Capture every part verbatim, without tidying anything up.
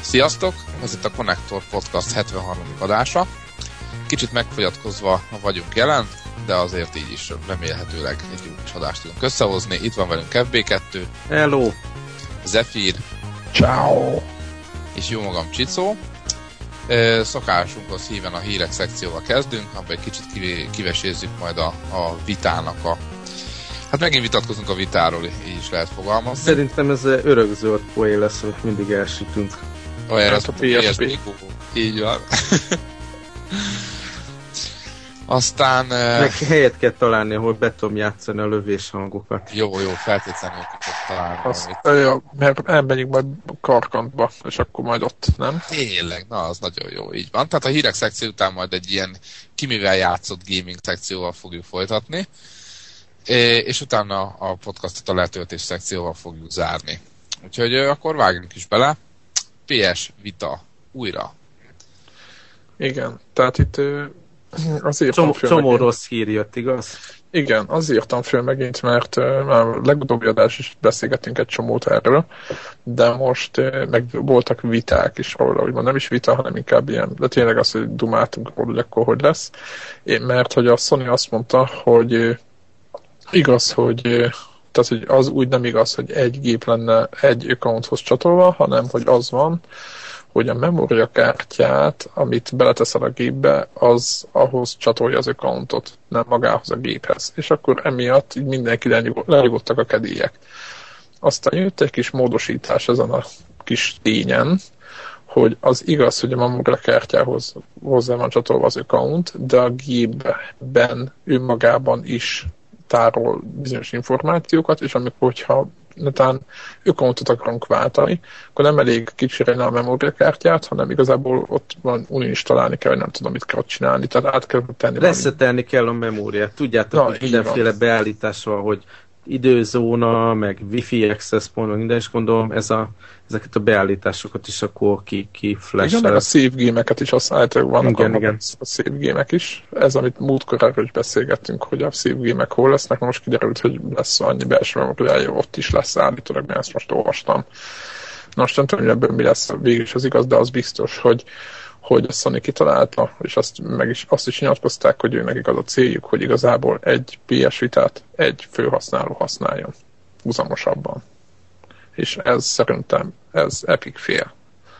Sziasztok! Ez itt a Connector Podcast hetvenharmadik adása. Kicsit megfogyatkozva vagyunk jelen, de azért így is remélhetőleg egy jó kis adást tudunk összehozni. Itt van velünk ef bé kettő. Hello! Zephyr. Ciao! És jó magam, Csicó. Szokásunkhoz híven a hírek szekcióval kezdünk, abban egy kicsit kivesézzük majd a, a vitának a... Hát megint vitatkozunk a vitáról, így is lehet fogalmazni. Szerintem ez örökzöld poén lesz, amit mindig elsütünk. Olyan, ez a pé es pé. Így van. Aztán... Meg helyet kell találni, ahol be tudom játszani a lövés hangokat. Jó, jó, feltétlenül kell találni. Azt, jó, mert elmegyünk majd Karkantba, és akkor majd ott, nem? Tényleg, na, az nagyon jó, így van. Tehát a hírek szekció után majd egy ilyen ki mivel játszott gaming szekcióval fogjuk folytatni, és utána a podcastot a letöltés szekcióval fogjuk zárni. Úgyhogy akkor vágjunk is bele. pé es Vita újra. Igen, tehát itt azért Csomó, csomó rossz hír jött, igaz? Igen, azért írtam föl megint, mert már a legutóbbi adás is beszélgettünk egy csomót erről, de most meg voltak viták is róla, úgymond nem is vita, hanem inkább ilyen, de tényleg az, hogy dumáltunk róla, hogy akkor hogy lesz. Én, mert hogy a Sony azt mondta, hogy igaz, hogy tehát, hogy az úgy nem igaz, hogy egy gép lenne egy accounthoz csatolva, hanem, hogy az van, hogy a memóriakártyát, amit beleteszel a gépbe, az ahhoz csatolja az accountot, nem magához a géphez. És akkor emiatt így mindenki lenyugodtak a kedélyek. Aztán jött egy kis módosítás ezen a kis tényen, hogy az igaz, hogy a memóriakártyához hozzá van csatolva az account, de a gépben önmagában is tárol bizonyos információkat, és amikor, hogyha netán accountot akarunk váltani, akkor nem elég kicsirélni a memóriakártyát, hanem igazából ott van uninstalálni kell, hogy nem tudom, mit kell csinálni, tehát át kell tenni. Reszetelni kell a memóriát. Tudjátok, hogy mindenféle beállítás van, hogy időzóna, meg wifi access point, minden is gondolom, ez a, ezeket a beállításokat is akkor ki, ki flash-el. Igen, meg a save game-eket is, azt általában vannak igen, a, igen. a save game-ek is. Ez, amit múltkor erről is beszélgettünk, hogy a save game-ek hol lesznek, most kiderült, hogy lesz annyi belső memóriája, ott is lesz állítólag, mert ezt most olvastam. Na, most nem tudom, hogy ebből mi lesz végül is az igaz, de az biztos, hogy hogy a Sony kitalálta, és azt, meg is, azt is nyilatkozták, hogy ő nekik az a céljuk, hogy igazából egy pé es Vitát egy főhasználó használjon húzamosabban. És ez szerintem, ez epic fél.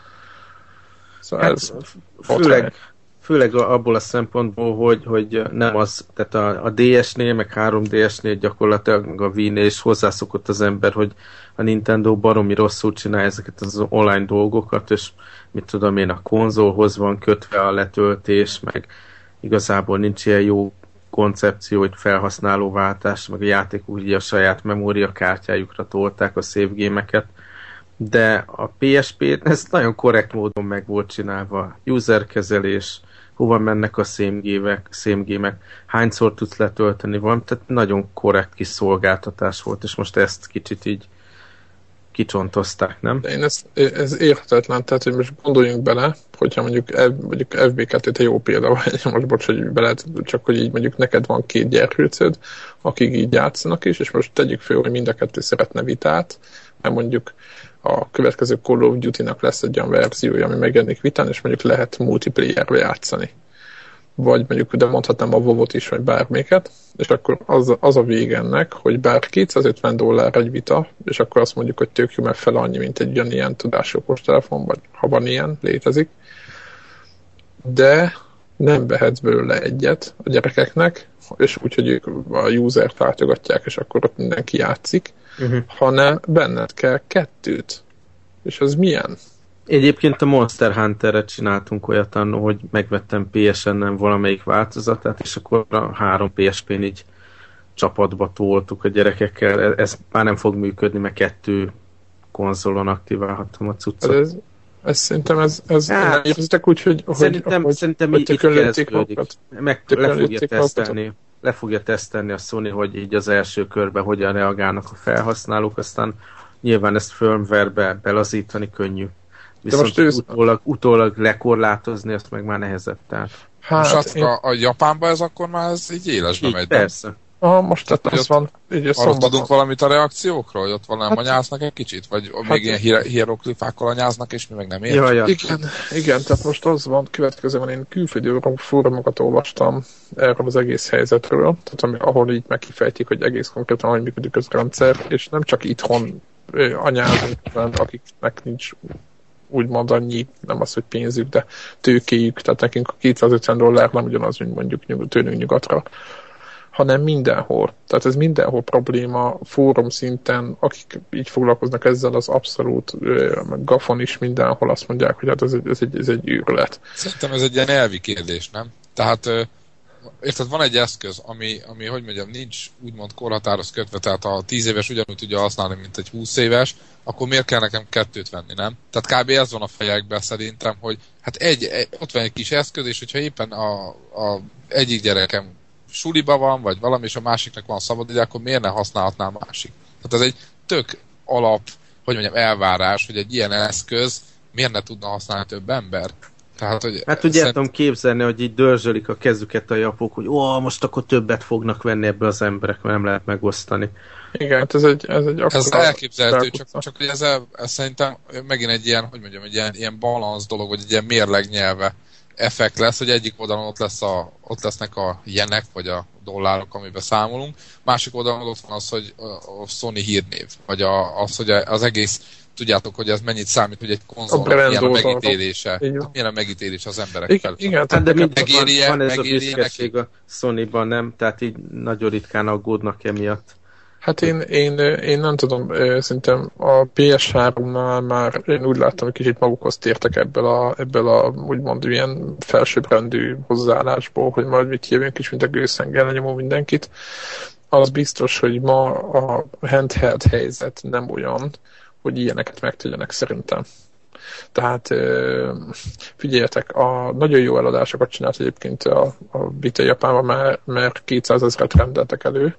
Szóval hát, ez főleg, főleg abból a szempontból, hogy, hogy nem az, tehát a, a dé es-nél, meg három dé es-nél gyakorlatilag a Wii-nél is hozzászokott az ember, hogy a Nintendo baromi rosszul csinálja ezeket az online dolgokat, és mit tudom én, a konzolhoz van kötve a letöltés, meg igazából nincs ilyen jó koncepció, hogy felhasználóváltás, meg a játékok ugye a saját memóriakártyájukra tolták a save game-eket, de a pé es pé ez nagyon korrekt módon meg volt csinálva. Userkezelés, hova mennek a same game-ek, same game-ek, hányszor tudsz letölteni valamit, tehát nagyon korrekt kis szolgáltatás volt, és most ezt kicsit így kicsontozták, nem? De én ez, ez érhetetlen, tehát hogy most gondoljunk bele, hogyha mondjuk, mondjuk ef bé kettő egy jó példa, vagy most bocs, hogy bele, csak hogy így mondjuk neked van két gyerkőcöd, akik így játszanak is, és most tegyük fel, hogy mind a kettő szeretne vitát, mert mondjuk a következő Call of Duty-nak lesz egy olyan verziója, ami megjelenik vitán, és mondjuk lehet multiplayerbe játszani. Vagy mondjuk, de mondhatnám a WoW-ot is, vagy bármiket, és akkor az, az a vége ennek, hogy bár kétszázötven dollár egy vita, és akkor azt mondjuk, hogy tök jó, mert fel annyi, mint egy ugyanilyen tudású okostelefon, vagy ha van ilyen, létezik, de nem vehetsz belőle egyet a gyerekeknek, és úgyhogy ők a user-t váltogatják, és akkor ott mindenki játszik, uh-huh. hanem benned kell kettőt. És az milyen? Egyébként a Monster Hunterre csináltunk olyat annó, hogy megvettem pé es en-en valamelyik változatát, és akkor a három pé es pén így csapatba toltuk a gyerekekkel. Ez már nem fog működni, mert kettő konzolon aktiválhattam a cuccot. Ez, ez szerintem ez, ez hát, nem érzitek úgy, hogy szerintem, hogy, szerintem hogy így kezdődik. Meg le fogja, tesztelni, le fogja tesztelni a Sony, hogy így az első körben hogyan reagálnak a felhasználók, aztán nyilván ezt firmware-be belazítani könnyű. Viszont ősz... utólag, utólag lekorlátozni, azt meg már nehezebb. Tehát. Hát, most én... a, a Japánban ez akkor már ez így élesbe megy. Persze, Ah, most tehát az van, így a szombaton. Tudunk valamit a reakciókról, hogy ott valami hát, anyáznak egy kicsit? Vagy hát, még ilyen hier- hieroglifákkal anyáznak, és mi meg nem értjük? Ja, ja. Igen, igen, tehát most az van, következően én külföldi fórumokat olvastam erről az egész helyzetről, tehát ami, ahol így megkifejtik, hogy egész konkrétan, hogy működik az rendszer, és nem csak itthon anyáznak, akiknek nincs úgymond annyi, nem az, hogy pénzük, de tőkéjük, tehát nekünk a kétszázötven dollár nem ugyanaz, mint mondjuk tőlünk nyugatra, hanem mindenhol. Tehát ez mindenhol probléma, fórum szinten, akik így foglalkoznak ezzel, az abszolút meg gafon is mindenhol azt mondják, hogy hát ez egy, ez egy, ez egy űrület. Szerintem ez egy ilyen elvi kérdés, nem? Tehát érted, van egy eszköz, ami, ami, hogy mondjam, nincs úgymond korhatárhoz kötve, tehát a tíz éves ugyanúgy tudja használni, mint egy húsz éves, akkor miért kell nekem kettőt venni, nem? Tehát kb. Ez van a fejekben szerintem, hogy hát egy, egy, ott van egy kis eszköz, és hogyha éppen a, a egyik gyerekem suliba van, vagy valami, és a másiknak van szabad ide, akkor miért ne használhatná a másik? Tehát ez egy tök alap, hogy mondjam, elvárás, hogy egy ilyen eszköz miért ne tudna használni több ember? Tehát, hogy hát ugye szerint... tudom képzelni, hogy így dörzsölik a kezüket a japók, hogy ó, most akkor többet fognak venni ebből az emberek, mert nem lehet megosztani. Igen, hát ez egy, ez egy ez elképzelhető, csak, csak hogy ez, ez szerintem megint egy ilyen, hogy mondjam, egy ilyen, ilyen balansz dolog, vagy egy ilyen mérleg nyelve effekt lesz, hogy egyik oldalon ott, lesz a, ott lesznek a jenek, vagy a dollárok, amiben számolunk, másik oldalon ott van az, hogy a Sony hírnév, vagy a, az, hogy az egész, tudjátok, hogy ez mennyit számít, hogy egy konzolnak milyen a megítélése, milyen a megítélése az emberek felett. Igen, hát de mindig van, van ez a büszkeség a Sony-ban, nem? Tehát így nagyon ritkán aggódnak emiatt. Hát én, én, én nem tudom, szerintem a pé es háromnál már én úgy láttam, hogy kicsit magukhoz tértek ebből a, ebből a úgymond ilyen felsőbbrendű hozzáállásból, hogy majd mit jövünk is, mint a gőzszengel lenyomó mindenkit. Az biztos, hogy ma a handheld helyzet nem olyan, hogy ilyeneket megtegyenek szerintem. Tehát figyeljetek, a nagyon jó eladásokat csinált egyébként a, a Vita Japánban, mert, mert kétszázezret rendeltek elő,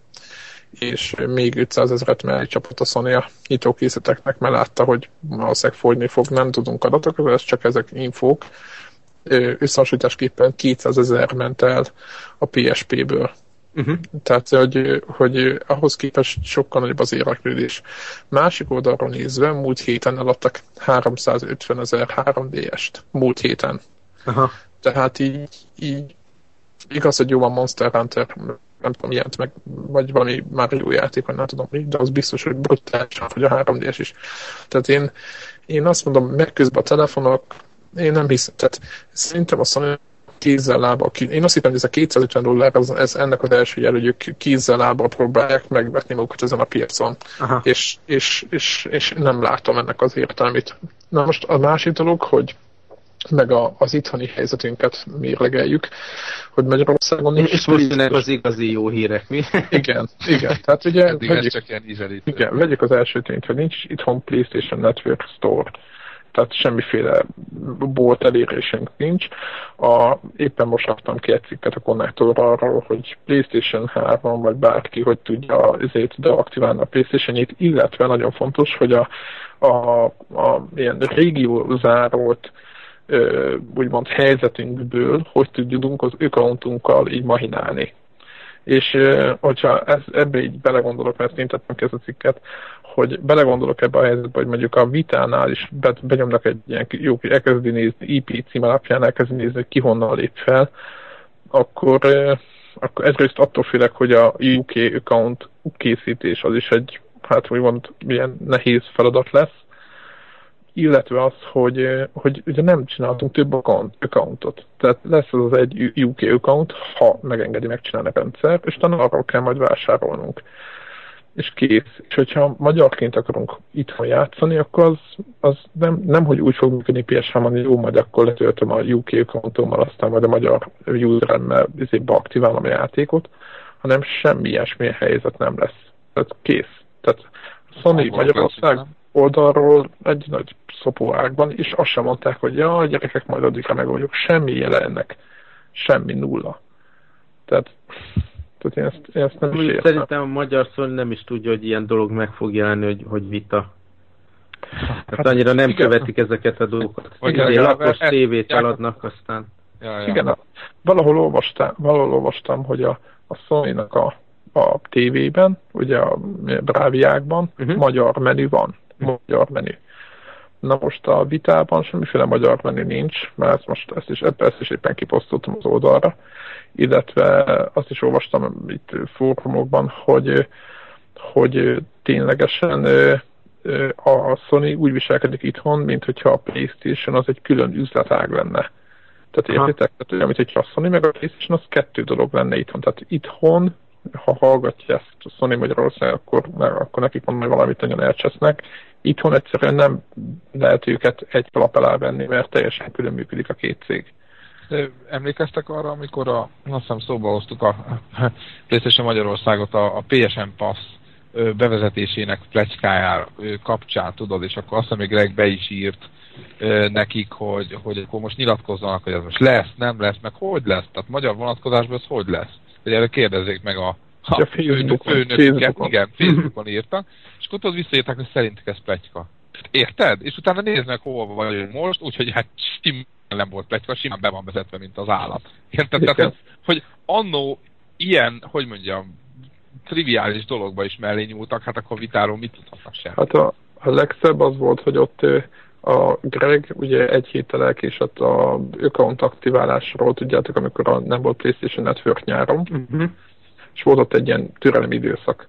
és még ötszázezret mellé csapott a Sony a nyitókészleteknek, mert látta, hogy valószínűleg fogyni fog, nem tudunk adatokat, ez csak ezek infók. Összehasonlításképpen kétszázezer ment el a pé es pé-ből. Uh-huh. Tehát, hogy, hogy ahhoz képest sokkal nagyobb az érdeklődés. Másik oldalról nézve, múlt héten eladtak háromszázötvenezer három dé est. Múlt héten. Uh-huh. Tehát így, így igaz, hogy jó van Monster Hunter, nem tudom, ilyet meg, vagy valami már jó játék, vagy nem tudom mi, de az biztos, hogy brutálisan fogy a három dé es is. Tehát én, én azt mondom, meg közben a telefonok, én nem hiszem, tehát szerintem a Sony kézzel lábbal, én azt hittem, hogy ez a kétszázötven dollár, ez, ez ennek az első jel, hogy ők kézzel lábbal próbálják megvetni magukat ezen a piacon. És, és, és, és nem látom ennek az értelmét. Na most a másik dolog, hogy meg a, az itthoni helyzetünket mérlegeljük, hogy Magyarországon nincs... És most jönnek az igazi jó hírek, mi? Igen, igen. Tehát ugye... Vegyük, csak ilyen ízelítő. Igen, vegyük az első tényt, hogy nincs itthon PlayStation Network Store. Tehát semmiféle bolt elérésünk nincs. A, éppen most raktam ki egy cikket a konnektorra arról, hogy PlayStation három, vagy bárki, hogy tudja ezért deaktiválni a PlayStation-ét, illetve nagyon fontos, hogy a, a, a ilyen régiózárolt úgymond helyzetünkből, hogy tudjunk az accountunkkal így mahinálni. És hogyha ez, ebbe így belegondolok, mert én tettem ki ezt a cikket, hogy belegondolok ebbe a helyzetbe, hogy mondjuk a Vitánál is be, benyomnak egy ilyen jó, elkezdi nézni, í pé cím alapján elkezdi nézni, hogy ki honnan lép fel, akkor, akkor egyrészt attól félek, hogy a u ká account készítés az is egy, hát úgymond milyen nehéz feladat lesz, illetve az, hogy, hogy ugye nem csináltunk több account, accountot. Tehát lesz az az egy u ká account, ha megengedi megcsinálni a rendszer, és talán arról kell majd vásárolnunk. És kész. És hogyha magyarként akarunk itthon játszani, akkor az, az nem, nem, hogy úgy fog működni pé es háromon, jó, majd akkor letöltöm a u ká accountommal, aztán majd a magyar useremmel beaktiválom a játékot, hanem semmi ilyesmilyen helyzet nem lesz. Tehát kész. Tehát Sony Magyarország oldalról egy nagy szopóágban, és azt sem mondták, hogy ja, a gyerekek majd addigra megoldjuk. Semmi jele ennek. Semmi, nulla. Tehát, tehát én, ezt, én ezt nem is értem. Szerintem a magyar Sony nem is tudja, hogy ilyen dolog meg fog jelenni, hogy, hogy vita. Hát, hát annyira nem igen. Követik ezeket a dolgokat. Igen, lapos tévét eladnak, aztán... Ja, ja. Igen, valahol olvastam, valahol olvastam, hogy a, a Sony-nak a a tévében, ugye a Bráviákban uh-huh. magyar menü van, magyar menü. Na most a vitában semmiféle magyar menü nincs, mert most ezt is, ezt is éppen kiposztoltam az oldalra, illetve azt is olvastam itt fórumokban, hogy, hogy ténylegesen a Sony úgy viselkedik itthon, mint hogyha a PlayStation az egy külön üzletág lenne. Tehát értitek? Tehát olyan, mint hogyha a Sony meg a PlayStation az kettő dolog lenne itthon. Tehát itthon, ha hallgatja ezt a Sony Magyarország, akkor, akkor nekik mondom, hogy valamit nagyon elcsesznek. Itthon egyszerűen nem lehet őket egy kalap alá venni, mert teljesen külön működik a két cég. Emlékeztek arra, amikor a, azt hiszem szóba hoztuk a PlayStation Magyarországot a, a pé es en Pass bevezetésének pletykájára kapcsán, tudod, és akkor azt hiszem, hogy Greg be is írt nekik, hogy, hogy akkor most nyilatkozzanak, hogy ez most lesz, nem lesz, meg hogy lesz, tehát magyar vonatkozásban ez hogy lesz. Hogy erre kérdezzék meg a, a, a főnöküket, igen, Facebookon írtak, és akkor tudod visszaírták, hogy szerintük ez pletyka. Érted? És utána néznek, hol vagyunk most, úgyhogy hát simán nem volt pletyka, simán be van vezetve, mint az állat. Érted? Tehát, hogy, hogy annó ilyen, hogy mondjam, triviális dologba is mellé nyúltak, hát akkor vitáról mit tudhatnak sem? Hát a, a legszebb az volt, hogy ott a Greg ugye egy héttel elkésett a account aktiválásról, tudjátok, amikor a, nem volt PlayStation Network nyáron, uh-huh. és volt ott egy ilyen türelmi időszak.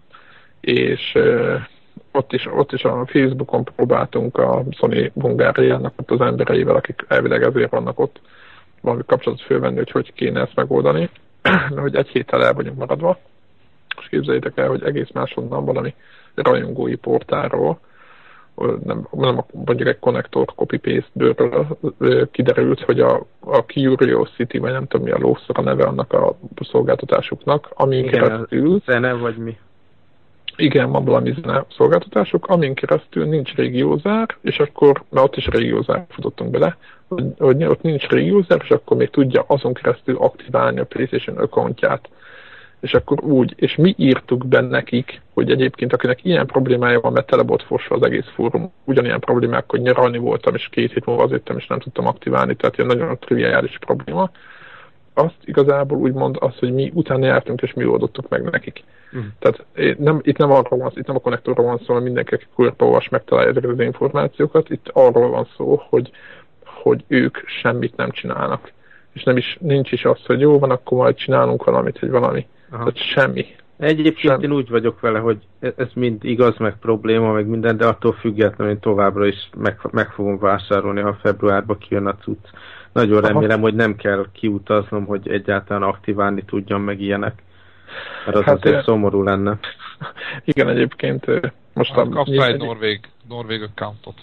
És uh, ott, is, ott is a Facebookon próbáltunk a Sony Hungáriának ott az embereivel, akik elvileg ezért vannak ott, valami kapcsolatot fölvenni, hogy hogy kéne ezt megoldani, hogy egy héttel el vagyunk maradva. És képzeljétek el, hogy egész máshonnan valami rajongói portáról, nem, nem mondjuk egy connector copy-paste-ből kiderült, hogy a, a Curiosity, vagy nem tudom mi a lószor a neve annak a szolgáltatásuknak, amin igen, keresztül... zene vagy mi? Igen, van valami zene szolgáltatásuk, amin keresztül nincs régiózár, és akkor, mert ott is régiózár futottunk bele, hogy, hogy ott nincs régiózár, és akkor még tudja azon keresztül aktiválni a PlayStation accountját. És akkor úgy, és mi írtuk be nekik, hogy egyébként akinek ilyen problémája van, mert tele volt fosva az egész fórum, ugyanilyen problémák, hogy nyaralni voltam, és két hét múlva azért és nem tudtam aktiválni, tehát ilyen nagyon triviális probléma. Azt igazából úgy mond az, hogy mi utána jártunk, és mi oldottuk meg nekik. Mm. Tehát nem, itt nem arról van szó, itt nem a konnektorról van szó, hogy mindenki, aki kurva olvas, megtalálja ezeket az információkat, itt arról van szó, hogy, hogy ők semmit nem csinálnak. És nem is, nincs is az, hogy jó van, akkor majd csinálunk valamit, hogy valami. Aha. Tehát semmi. Egyébként semmi. Én úgy vagyok vele, hogy ez mind igaz, meg probléma, meg minden, de attól függetlenül én továbbra is meg, meg fogom vásárolni, ha februárban kijön a cucc. Nagyon remélem, aha, hogy nem kell kiutaznom, hogy egyáltalán aktiválni tudjam, meg ilyenek. Mert az hát azért e... szomorú lenne. Igen, egyébként most hát, a... kapsz egy norvég, norvég accountot.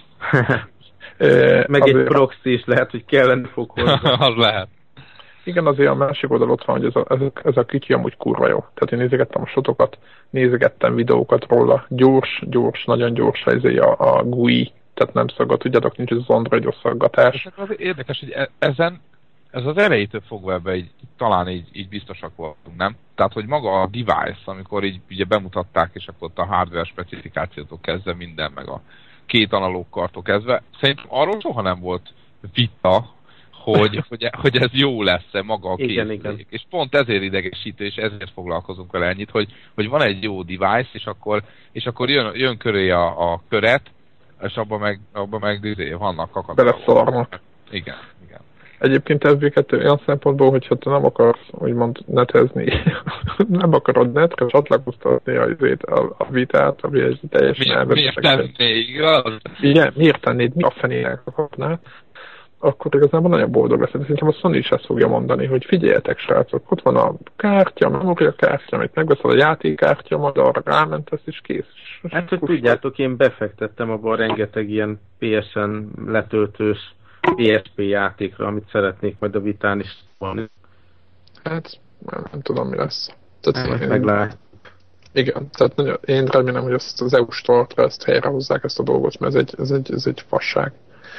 meg egy proxy is lehet, hogy kellene fog hozzá. Az lehet. Igen, azért a másik oldal ott van, hogy ez a, ez, a, ez a kicsi amúgy kurva jó. Tehát én nézegettem a sotokat, nézegettem videókat róla, gyors, gyors, nagyon gyors ezért a, a gú i, tehát nem szaggat, tudjátok, nincs ez az androidos szaggatás. Ez érdekes, hogy ezen, ez az elejétől fogva ebbe így, talán így, így biztosak voltunk, nem? Tehát, hogy maga a device, amikor így ugye bemutatták, és akkor ott a hardware specifikációtól kezdve minden, meg a két analóg kartól kezdve, szerintem arról soha nem volt vita, hogy, hogy, hogy ez jó lesz-e maga a készülék. És pont ezért idegesítő, és ezért foglalkozunk vele ennyit, hogy, hogy van egy jó device, és akkor, és akkor jön, jön köré a, a köret, és abban meg, abba meg vannak akadályak. Beleszarnak. Igen, igen. Egyébként ez véget olyan szempontból, hogyha te nem akarsz, úgymond netezni, nem akarod netre csatlakoztatni a, a, a vitát, ami egy teljesen elvezetett. Miért tennéd, igaz? Igen, miért tennéd, mi a fenének akarnál? Akkor igazából nagyon boldog lesz. Szerintem a Sony is ezt fogja mondani, hogy figyeljetek, srácok, ott van a kártya, a memóriakártya, amit megveszed a játékkártya, majd arra ráment, ez is kész. Hát, hogy tudjátok, én befektettem abban rengeteg ilyen pé es en letöltős pé es pé játékra, amit szeretnék majd a vitán is volni. Hát, nem, nem tudom, mi lesz. Tehát, én... Meglátjuk. Igen, tehát nagyon, én remélem, hogy ezt az é u Store-ra ezt helyrehozzák ezt a dolgot, mert ez egy, ez egy, ez egy fasság.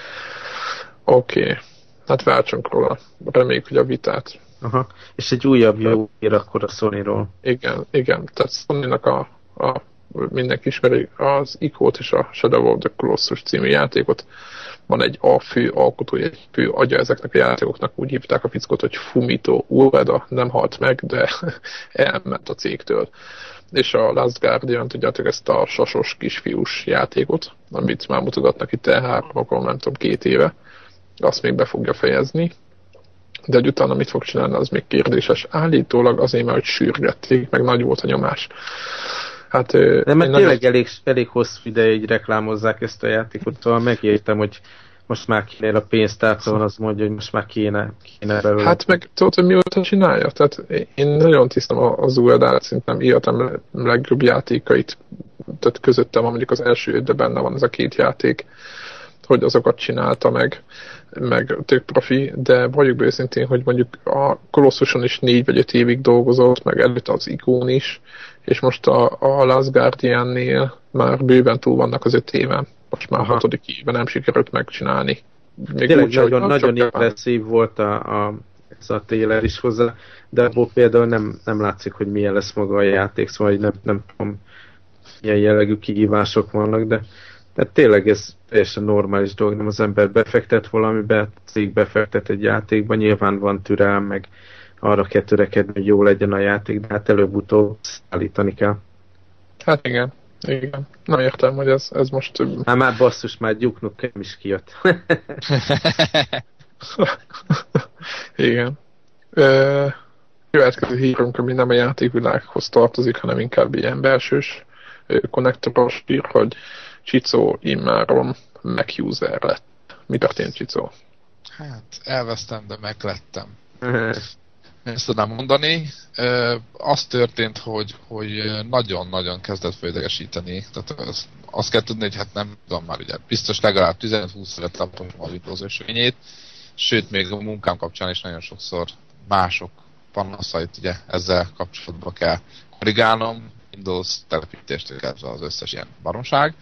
Oké, okay. Hát váltsunk róla. Reméljük, hogy a vitát. Aha. És egy újabb jó ír akkor a Sony-ról. Igen, igen. Tehát Sony-nak a, a mindenki ismeri az ikót és a Shadow of the Colossus című játékot. Van egy a fő alkotója, egy fő agya ezeknek a játékoknak, úgy hívták a fickót, hogy Fumito Ueda, nem halt meg, de elment a cégtől. És a Last Guardian, tudjátok, ezt a sasos kisfiús játékot, amit már mutogatnak itt E három-okon, nem tudom, két éve, azt még be fogja fejezni. De hogy utána mit fog csinálni, az még kérdéses. Állítólag azért, mert hogy sürgették, meg nagy volt a nyomás. Hát, de mert tényleg nagyon... elég, elég hosszú ideig reklámozzák ezt a játékot, szóval megértem, hogy most már kinél a pénztárcon, az mondja, hogy most már kéne, kéne belőle. Hát meg tudod, hogy mióta csinálja? Tehát én nagyon tisztem az Uedát, szerintem életem legjobb játékait, tehát közöttem van mondjuk az első, de benne van ez a két játék, hogy azokat csinálta meg, meg tök profi, de vagyok be őszintén, hogy mondjuk a Colossuson is négy vagy öt évig dolgozott, meg előtte az ikón is, és most a, a Last Guardian-nél már bőven túl vannak az öt éven. Most már a hatodik éve nem sikerült megcsinálni. Még tényleg úgy, nagyon, nagyon impresszív volt a, a, ez a trailer is hozzá, de abból például nem, nem látszik, hogy milyen lesz maga a játék, szóval nem, nem tudom, milyen jellegű kihívások vannak, de tehát tényleg ez teljesen normális dolog, nem az ember befektet valamibe, cég befektet egy játékba, nyilván van türelem, meg arra kell törekedni, hogy jó legyen a játék, de hát előbb-utóbb szállítani kell. Hát igen, igen. Nem értem, hogy ez, ez most... Hát már basszus, már Duke Nukem is kijött. Igen. Ö, következő hírunk, ami nem a játékvilághoz tartozik, hanem inkább ilyen belsős konnektoros hír, hogy Csicó immáron Mac user lett. Mi történt, Csicó? Hát, elvesztem, de meglettem. Ezt tudnám mondani. Az történt, hogy, hogy nagyon-nagyon kezdett földegesíteni. Tehát az, azt kell tudni, hogy hát nem tudom már, ugye biztos legalább tizenöt-húsz évet lapom a Windows ösvényét, sőt, még a munkám kapcsán is nagyon sokszor mások panaszait ugye ezzel kapcsolatban kell korrigálnom, Windows telepítést kezdve az összes ilyen baromság,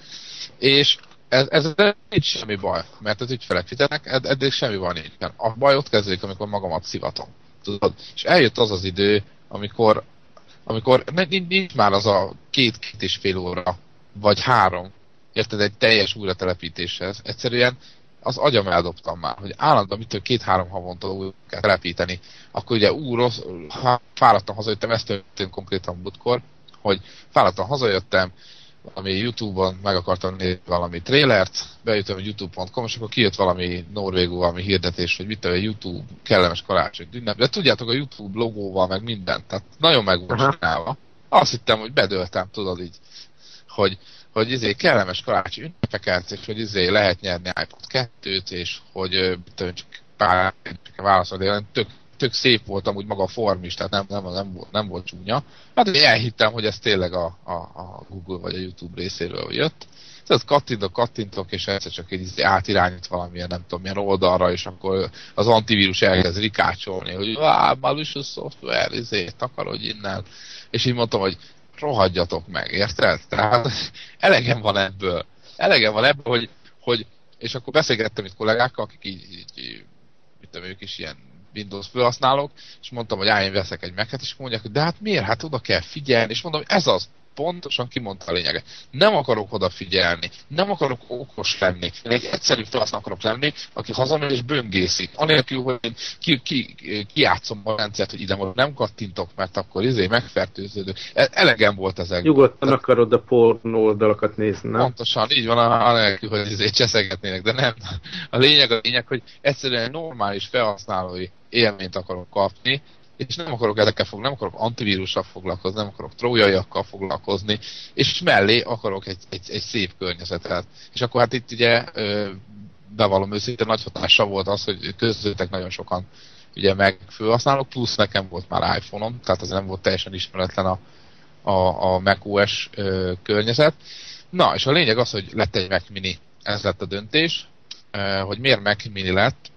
és ez, ez nincs semmi baj, mert az ügyfelek fizetnek, eddig semmi baj nincs. A baj ott kezdődik, amikor magamat szivatom. Tudod? És eljött az az idő, amikor, amikor nincs már az a két-két és fél óra, vagy három, érted, egy teljes újratelepítéshez. Egyszerűen az agyam eldobtam már, hogy állandóan mitől két-három havonta újra kell telepíteni. Akkor ugye ú, rossz, fáradtam, hazajöttem, ez történt konkrétan múltkor, hogy fáradtam, hazajöttem, valami YouTube-on meg akartam nézni valami trailert, bejöttem a youtube pont com, és akkor kijött valami norvégul, valami hirdetés, hogy mit a YouTube kellemes karácsony ünnep. De tudjátok, a YouTube logóval meg mindent, tehát nagyon meg volt csinálva. Azt hittem, hogy bedöltem, tudod így, hogy, hogy izé kellemes karácsony ünnepeket, és hogy izé lehet nyerni iPod kettőt, és hogy tudom, csak pár válaszolni, de tök tök szép volt amúgy maga a form is, tehát nem, nem, nem, volt, nem volt csúnya. Hát én elhittem, hogy ez tényleg a, a, a Google vagy a YouTube részéről jött. Tehát kattintok, kattintok, és egyszer csak így átirányít valamilyen, nem tudom, milyen oldalra, és akkor az antivírus elkezd rikácsolni, hogy áh, malicious software, izé, takarodj innen. És így mondtam, hogy rohadjatok meg, érted? Tehát elegem van ebből. Elegem van ebből, hogy, hogy és akkor beszélgettem itt kollégákkal, akik így, így mit tudom, ők is ilyen Windows felhasználók, és mondtam, hogy á, én veszek egy Mac-et, és mondják, hogy de hát miért? Hát oda kell figyelni, és mondom, hogy ez az, pontosan kimondta a lényeget. Nem akarok odafigyelni, nem akarok okos lenni, én egy egyszerű felhasználó akarok lenni, aki hazamegy és böngészik. Anélkül, hogy én ki, ki, kijátszom a rendszert, hogy ide most nem kattintok, mert akkor izé megfertőződök. Elegem volt ezek. Nyugodtan akarod a porn oldalakat nézni, nem? Pontosan, így van, anélkül, hogy izé cseszegetnének, de nem. A lényeg a lényeg, hogy egyszerűen normális felhasználói élményt akarok kapni, és nem akarok ezekkel foglalkozni, nem akarok antivírussal foglalkozni, nem akarok trójaiakkal foglalkozni, és mellé akarok egy, egy, egy szép környezetet. És akkor hát itt ugye bevallom őszintén, nagy hatása volt az, hogy közöttek nagyon sokan ugye meg felhasználók, plusz nekem volt már iPhone-om, tehát az nem volt teljesen ismeretlen a, a, a macOS környezet. Na, és a lényeg az, hogy lett egy Mac Mini, ez lett a döntés, hogy miért Mac Mini lett.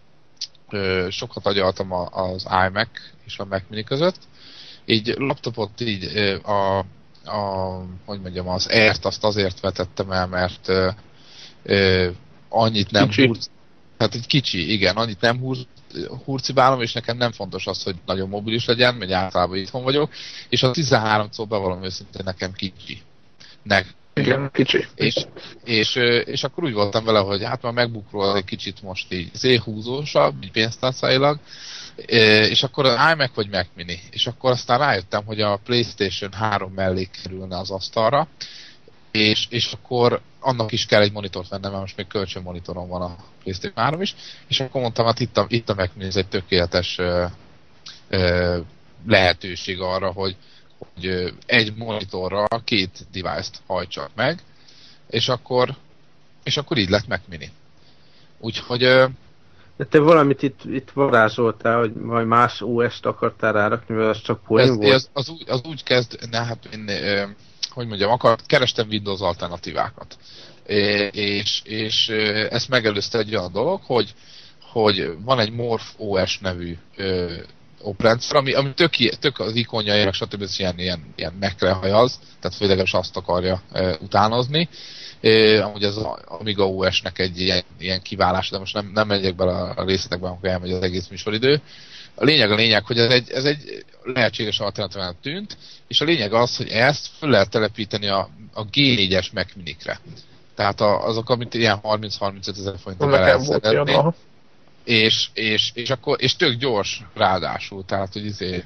Sokat agyaltam az iMac és a Mac Mini között. Így laptopot így a, a hogy mondjam, az Air-t azt azért vetettem el, mert ö, ö, annyit nem kicsi. hurc, tehát egy kicsi, igen, annyit nem hurc, hurcibálom, és nekem nem fontos az, hogy nagyon mobilis legyen, mert általában itthon vagyok, és a tizenhárom có bevallom őszintén nekem kicsi. nek. Igen, kicsi. És, és, és akkor úgy voltam vele, hogy hát már MacBookról egy kicsit most így zéhúzósabb, így pénztárcailag, és akkor iMac vagy Mac Mini. És akkor aztán rájöttem, hogy a PlayStation három mellé kerülne az asztalra, és, és akkor annak is kell egy monitort vennem, mert most még kölcsön monitoron van a PlayStation három is, és akkor mondtam, hát itt a, itt a Mac Mini, ez egy tökéletes ö, ö, lehetőség arra, hogy hogy egy monitorral két device-t hajtsak meg, és akkor, és akkor így lett Mac Mini. Úgyhogy... De te valamit itt, itt varázsoltál, hogy majd más ó es-t akartál rárakni, mert az csak poén volt? Ez, az, úgy, az úgy kezd, ne, hát én, hogy mondjam, akart, kerestem Windows alternatívákat. És, és ezt megelőzte egy olyan dolog, hogy, hogy van egy Morph o es nevű oprendszer, ami, ami tök, tök az ikonjai, meg stb. Ilyen, ilyen, ilyen Mac-re hajaz, tehát főleg azt akarja e, utánozni. E, amúgy az Amiga o es-nek egy ilyen, ilyen kiválás, de most nem, nem megyek bele a részletekben, amikor elmegy az egész műsoridő. A lényeg a lényeg, hogy ez egy, ez egy lehetséges alternatívának tűnt, és a lényeg az, hogy ezt föl lehet telepíteni a, a gé négyes Mac Minikre. Tehát a, azok, amit ilyen harminc-harmincöt ezer forintra be lehet szerezni. És, és, és, akkor, és tök gyors ráadásul, tehát hogy izé,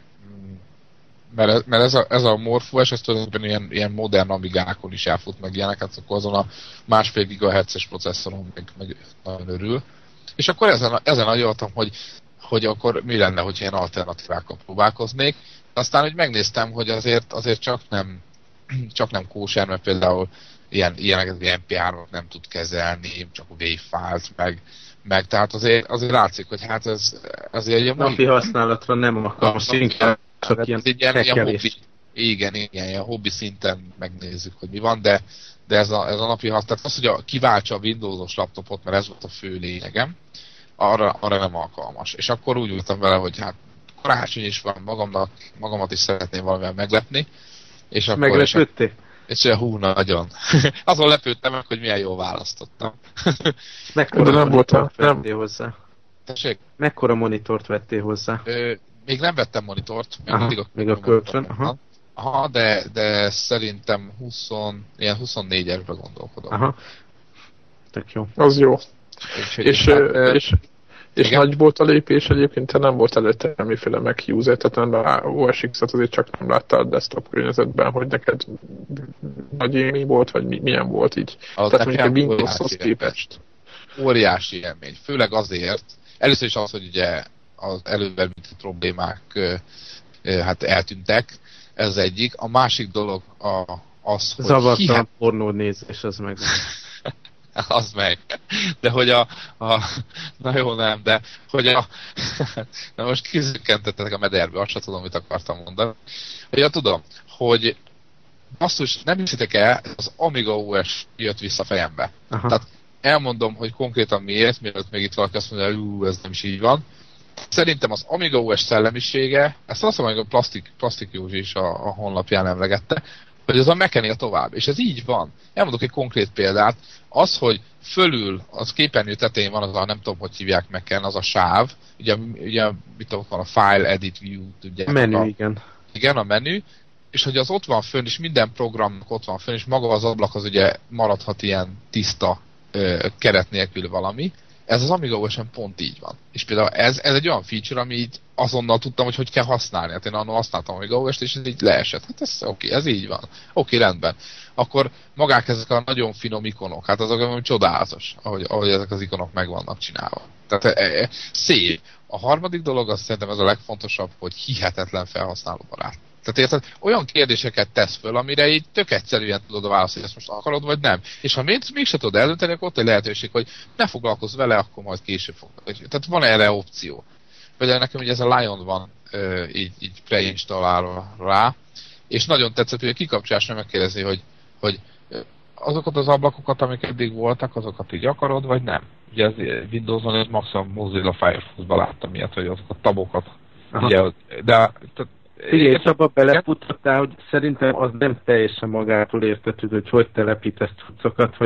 mert, mert ez a, ez a Morph o es, ez tulajdonképpen ilyen, ilyen modern Amigákon is elfut meg ilyeneket, akkor azon a másfél gigahertzes processzoron meg, meg nagyon örül. És akkor ezen, ezen agyaltam, hogy, hogy akkor mi lenne, hogyha ilyen alternatívákkal próbálkoznék. Aztán, hogy megnéztem, hogy azért, azért csak nem, csak nem kóser, mert például ilyen, ilyeneket em pé hármat nem tud kezelni, csak a wave-files, meg meg, tehát azért, azért látszik, hogy hát ez azért egy... Napi használatra nem alkalmas, inkább csak ilyen ilyen, ilyen hobbi, igen, igen, ilyen hobbi szinten megnézzük, hogy mi van, de, de ez, a, ez a napi használat, tehát az, hogy a, kiváltsa a Windowsos laptopot, mert ez volt a fő lényegem, arra, arra nem alkalmas. És akkor úgy voltam vele, hogy hát karácsony is van, magamnak, magamat is szeretném valamivel meglepni. És akkor... Meglepődtél? És olyan hú, nagyon. Azon lepődtem meg, hogy milyen jól választottam. Mekkora nem monitort vettél nem. hozzá? Tessék? Mekkora monitort vettél hozzá? Ö, még nem vettem monitort. Még, aha, a, még a kölcsön. Aha, aha de, de szerintem húsz, ilyen huszonnégyesbe gondolkodom. Aha. Tök jó. Az jó. És, és, hát, és, és nagy volt a lépés egyébként, te nem volt előtte semmiféle Mac user, tehát nem a o es iksz-et azért csak nem láttál a desktop környezetben, hogy neked nagy élmény volt, vagy milyen volt így. Az tehát mondjuk a Windowshoz képest. Óriási élmény, főleg azért, először is az, hogy ugye az előbb említett problémák hát eltűntek, ez az egyik. A másik dolog a, az, hogy... Zavartalan hihet... pornó nézés, az meg... az meg. De hogy a, a... Na jó, nem, de hogy a... Na most kizökkentettek a mederbe, azt sem tudom, mit akartam mondani. Hogy ja, tudom, hogy basszus, nem hiszitek el, az Amiga o es jött vissza fejembe. Aha. Tehát elmondom, hogy konkrétan miért, mielőtt még itt valaki azt mondja, hogy ú, ez nem is így van. Szerintem az Amiga o es szellemisége, ezt azt mondom, hogy a Plastik, Plastik Józsi is a, a honlapján emlegette, hogy az a Mac-enél tovább. És ez így van. Elmondok egy konkrét példát. Az, hogy fölül, az képernyő tetején van az a, nem tudom, hogy hívják Mac-en, az a sáv. Ugye, ugye mit tudom, van a File, Edit, View, tudják. Menü, a, igen. Igen, a menü. És hogy az ott van fönn, és minden programnak ott van fönn, és maga az ablak az ugye maradhat ilyen tiszta ö, keret nélkül valami. Ez az Amiga o es-en pont így van. És például ez, ez egy olyan feature, ami így azonnal tudtam, hogy hogy kell használni. Hát én annól használtam Amiga o es-t, és ez így leesett. Hát ez oké, okay, ez így van. Oké, okay, rendben. Akkor magák ezek a nagyon finom ikonok, hát azok ami csodálatos, ahogy, ahogy ezek az ikonok meg vannak csinálva. Tehát e, e, szép. A harmadik dolog, azt szerintem ez a legfontosabb, hogy hihetetlen felhasználóbarát. Tehát érted, olyan kérdéseket tesz föl, amire így tök egyszerűen tudod a választ, hogy ezt most akarod, vagy nem. És ha még, mégsem tudod eldönteni, akkor ott egy lehetőség, hogy ne foglalkozz vele, akkor majd később foglalkozz. Tehát van erre opció. Például nekem ugye ez a Lion van így, így preinstallálva rá, és nagyon tetszett, hogy a kikapcsolásra megkérdezi, hogy, hogy azokat az ablakokat, amik eddig voltak, azokat így akarod, vagy nem. Ugye az Windowson ez maximum Mozilla Firefox-ban láttam ilyet, hogy azokat a tabokat. Ugye, de igen, Csaba, belefutottál, hogy szerintem az nem teljesen magától értetődő, hogy hogy telepítesz cuccokat, hogy,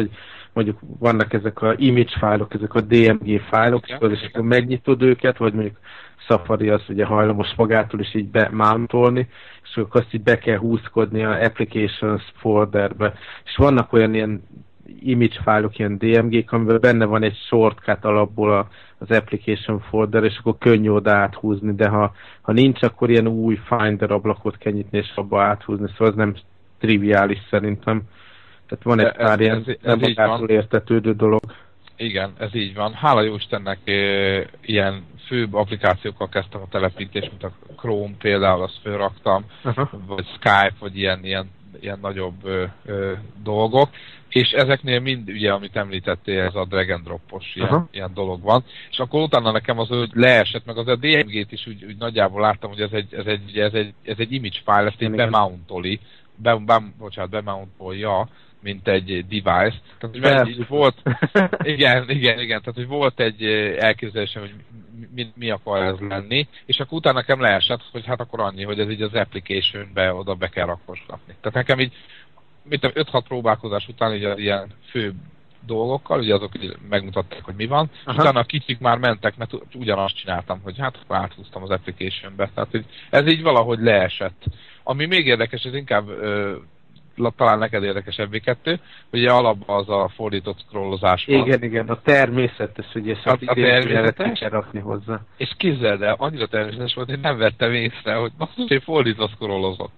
mondjuk vannak ezek a image fájlok, ezek a dé em gé fájlok, okay. És akkor megnyitod őket, vagy mondjuk Safari az ugye hajlamos magától is így bemountolni, és akkor azt így be kell húzkodni a applications folderbe. És vannak olyan ilyen image fájlok, ilyen dé em gé-k, amiben benne van egy shortcut alapból a, az application folder, és akkor könnyű oda áthúzni, de ha, ha nincs, akkor ilyen új Finder ablakot kell nyitni, és abba áthúzni, szóval az nem triviális szerintem. Tehát van egy pár ilyen nem magától értetődő dolog. Igen, ez így van. Hála jó Istennek e, ilyen főbb applikációkkal kezdtem a telepítést, mint a Chrome például, azt fölraktam, uh-huh. vagy Skype, vagy ilyen, ilyen, ilyen nagyobb ö, ö, dolgok. És ezeknél mind, ugye, amit említettél, ez a drag and drop-os ilyen, uh-huh. ilyen dolog van. És akkor utána nekem az, hogy leesett, meg az a dé em gét is úgy, úgy nagyjából láttam, hogy ez egy, ez egy, ez egy, ez egy image file, ezt én bemountoli, be, be, bocsánat, bemountolja, mint egy device. Tehát, hogy meg, volt, igen, igen, igen, tehát, hogy volt egy elképzelésem, hogy mi, mi akar ez lenni, és akkor utána nekem leesett, hogy hát akkor annyi, hogy ez így az application-be oda be kell rakosgatni. Tehát nekem így, mit öt-hat próbálkozás után így az ilyen fő dolgokkal, ugye azok így megmutatták, hogy mi van, aha. És utána a kicsik már mentek, mert ugyanazt csináltam, hogy hát akkor áthúztam az application-be. Tehát hogy ez így valahogy leesett. Ami még érdekes, ez inkább ö, talán neked érdekes em vé kettő, ugye alapban az a fordított scrollozás van. Igen, igen, a természetes, ugye, a, a természetes, kell rakni hozzá. És képzeld el, annyira természetes volt, hogy nem vettem észre, hogy basszus, hogy fordítva scrollozott.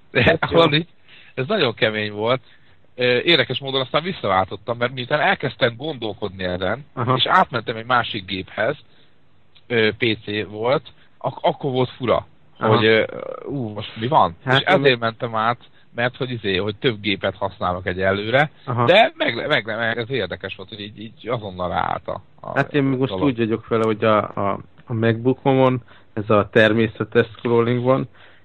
Ez nagyon kemény volt. Érdekes módon aztán visszaváltottam, mert miután elkezdtem gondolkodni ezen, aha. És átmentem egy másik géphez, pé cé volt, ak- akkor volt fura, aha. Hogy ú, most mi van? Hát és ezért mentem át, mert hogy, izé, hogy több gépet használok egyelőre, aha. De meg, meg, meg ez érdekes volt, hogy így, így azonnal ráállt a, a hát én most dolog. Úgy vagyok vele, hogy a, a, a MacBookomon ez a természetes scrolling van,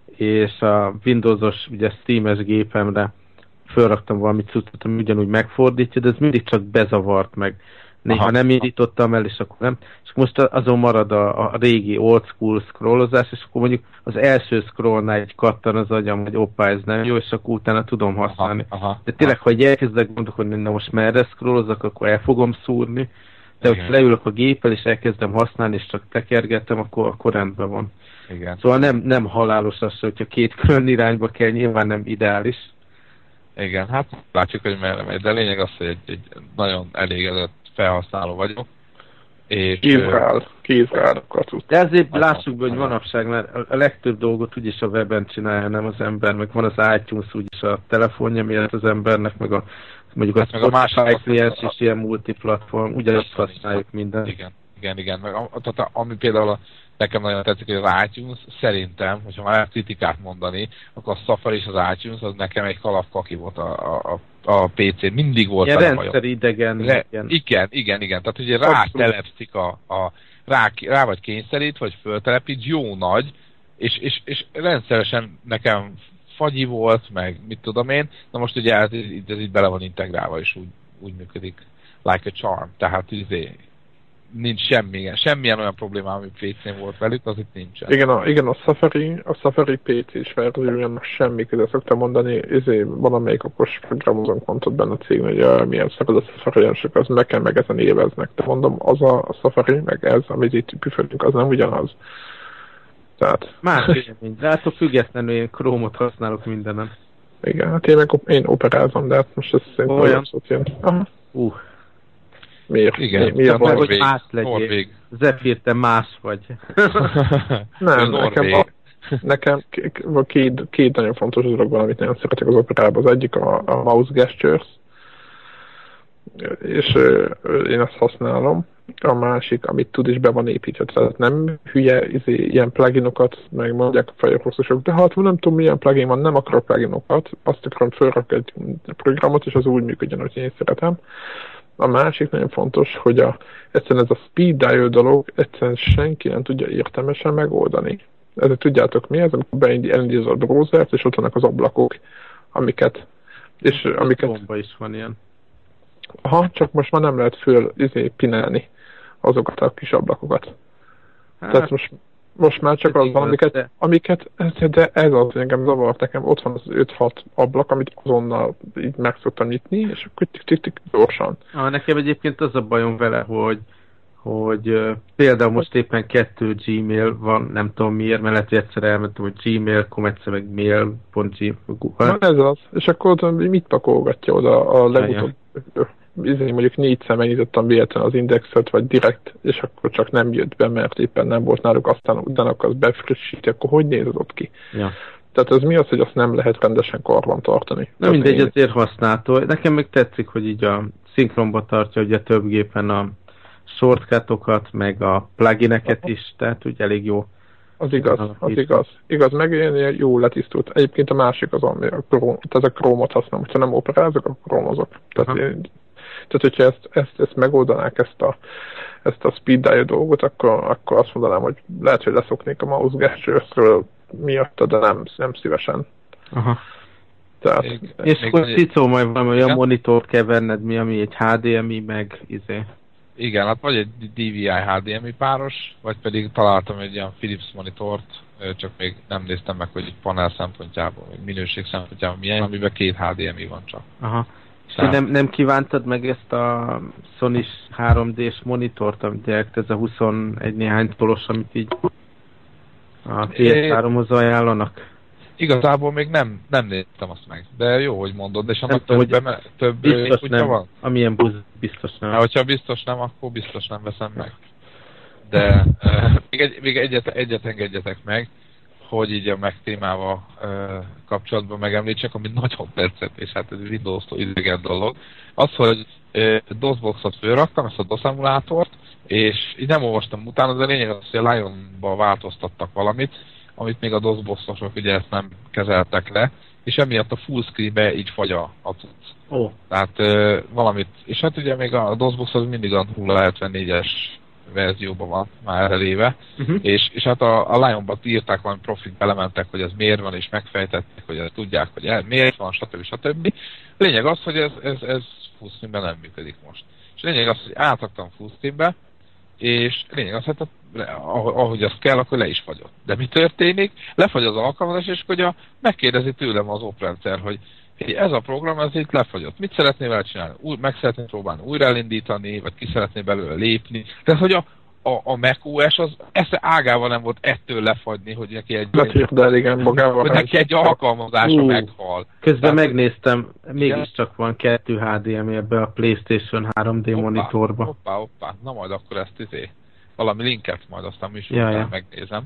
és a Windowsos, ugye Steam-es gépemre fölraktam valamit cuccot, ami ugyanúgy megfordítja, de ez mindig csak bezavart meg. Néha aha. Nem indítottam el, és akkor nem. És most azon marad a, a régi old school scrollozás, és akkor mondjuk az első scrollnál egy kattan az agyam, hogy oppá, ez nem jó, és akkor utána tudom használni. Aha, aha, de tényleg, aha. Ha elkezdek gondolkodni, hogy na most merre scrollozok, akkor el fogom szúrni, de hogyha leülök a géppel, és elkezdem használni, és csak tekergetem, akkor, akkor rendben van. Igen. Szóval nem, nem halálos az, hogyha két külön irányba kell, nyilván nem ideális. Igen, hát látjuk, hogy merre megy, de lényeg az, hogy egy, egy nagyon elégedett felhasználó vagyok. És kézrál, kézrálokat tud. De ezért lássuk be, hogy manapság, mert a legtöbb dolgot úgyis a weben csinálja, nem az ember, meg van az iTunes úgyis a telefonja miatt az embernek, meg a mondjuk hát a Spotify kliens is ilyen multiplatform, ugyanazt használjuk minden. Igen, igen, igen. Meg, a, tehát, ami például a, nekem nagyon tetszik, hogy az iTunes, szerintem, hogyha már kritikát mondani, akkor a Safari és az iTunes, az nekem egy kalapkaki volt a, a, a pé cé, mindig volt ilyen rendszer idegen. Re, igen. igen, igen, igen. Tehát ugye rá telepszik a, a rá, rá vagy kényszerít, vagy föltelepít, jó nagy, és, és, és rendszeresen nekem fagyi volt, meg mit tudom én, na most ugye ez, ez így bele van integrálva, és úgy, úgy működik like a charm, tehát izé, nincs semmi, semmilyen olyan probléma, ami pé cén volt velük, az itt nincsen. Igen, a, igen, a Safari, a Safari pé cés verziójának semmi köze, szoktam mondani, izé, valamelyik okos programozónk mondott benne a cég, hogy uh, milyen szakad a Safari, és az meg kell meg ezen éveznek. De mondom, az a, a Safari, meg ez, amit itt püfölünk, az nem ugyanaz. Tehát... Más élmény, de attól függetlenül én Chrome-ot használok mindenem. Igen, hát én meg én operázom, de hát most ez szerintem olyan szót jön. Aha. Uh. Miért? Igen, mi, mi a baj, hogy más legyél. Zephyr, te más vagy. Nem, nekem, a, nekem két, két nagyon fontos dolog van, amit nagyon szeretek az operában. Az egyik a, a mouse gestures, és uh, én ezt használom. A másik, amit tud is be van építve. Tehát nem hülye izé, ilyen pluginokat, meg mondják a Firefoxosok, de hát nem tudom milyen plugin van, nem akarok pluginokat, azt akarom felrakni egy programot, és az úgy működjön, hogy én szeretem. A másik nagyon fontos, hogy a, egyszerűen ez a speed dial dolog egyszerűen senki nem tudja értelmesen megoldani. Ezért tudjátok mi ez, amikor beindítod a browsert, és ott vannak az ablakok, amiket... És a amiket... Chrome-ban is van ilyen. Aha, csak most már nem lehet föl izé, pinelni azokat a kis ablakokat. Hát, tehát most Most már csak az van, amiket, de... amiket, de ez az, hogy engem zavart, nekem ott van az öt-hat ablak, amit azonnal így meg szoktam nyitni, és akkor tik-tik-tik gyorsan. Ah, nekem egyébként az a bajom vele, hogy hogy uh, például most éppen kettő Gmail van, nem tudom miért, mert lehet, hogy egyszer elmentem, hogy Gmail pont com, egyszer meg mail pont gmail. Na ez az, és akkor mit pakolgatja oda a legutóbb, izé, mondjuk négyszer megnyitottam véletlenül az indexet, vagy direkt, és akkor csak nem jött be, mert éppen nem volt náluk, aztán utána akarsz befrissíti, akkor hogy néz az ott ki? Ja. Tehát ez mi az, hogy azt nem lehet rendesen karban tartani? Na mindegy, azért használható. Nekem meg tetszik, hogy így a szinkronba tartja ugye több gépen a shortcutokat, meg a plugineket is, tehát úgy elég jó. Az igaz, az igaz. Igaz, meg ilyen jó letisztult. Egyébként a másik az, ami a Chrome, tehát a Chrome-ot használom, hogyha nem operázok, akkor Chrome-ozok. Tehát, én, tehát hogyha ezt, ezt, ezt megoldanák, ezt a, ezt a speed dial dolgot, akkor, akkor azt mondanám, hogy lehet, hogy leszoknék a mouse gesture-ről miatt, de nem, nem szívesen. Aha. Tehát, még, és még akkor Cicó, majd valami olyan monitort kell venned, mi, ami egy há dé em i, meg izé. Igen, hát vagy egy dé vé i há dé em i páros, vagy pedig találtam egy ilyen Philips monitort, csak még nem néztem meg, hogy egy panel szempontjából, vagy minőség szempontjából milyen, amiben két há dé em i van csak. Aha. És Tehát... nem, nem kívántad meg ezt a Sony három dés monitort, amit direkt ez a huszonegy néhány tolos, amit így a pé es háromhoz ajánlanak? Igazából még nem, nem néztem azt meg, de jó, hogy mondod, és annak több, beme, több biztos nem, van? Amilyen busz biztos nem. Ha hogyha biztos nem, akkor biztos nem veszem meg. De uh, még, egy, még egyet, egyet engedjetek meg, hogy így a Mac témával uh, kapcsolatban megemlítsek, ami nagyon tetszett, és hát ez Windows-tól idegen dolog. Az, hogy uh, DOSBoxot fölraktam, ezt a DOS emulátort, és így nem olvastam utána, de lényeg az, hogy a Lion-ba változtattak valamit, amit még a DOS-boxosok ugye ezt nem kezeltek le, és emiatt a full screen-be így fagy a, a cucc. Oh. Tehát ö, valamit, és hát ugye még a DOS-box az mindig a nulla hetvennégyes verzióban van már eléve, uh-huh. és, és hát a, a Lion-ba írták valami profit, belementek, hogy ez miért van, és megfejtették, hogy ezt tudják, hogy el, miért van, stb. stb. Lényeg az, hogy ez, ez, ez full screen-ben nem működik most. És lényeg az, hogy átraktam full screen-be, és lényeg az, hogy ahogy azt kell, akkor le is fagyott. De mi történik? Lefagy az alkalmazás, és hogy a, megkérdezi tőlem az oprendszer, hogy ez a program, ez itt lefagyott. Mit szeretnél vele csinálni? Új, meg szeretnél próbálni újra elindítani, vagy ki szeretnél belőle lépni. Tehát, hogy a, a, a macOS az esze ágával nem volt ettől lefagyni, hogy neki egy, de igen, magával hogy neki egy alkalmazása uh, meghal. Közben Tehát, mégiscsak mégiscsak van kettő há dé em i ebbe a PlayStation három dé hoppá, monitorba. Hoppá, hoppá, na majd akkor ezt izé. Valami linket majd aztán mi is ja, ja. megnézem.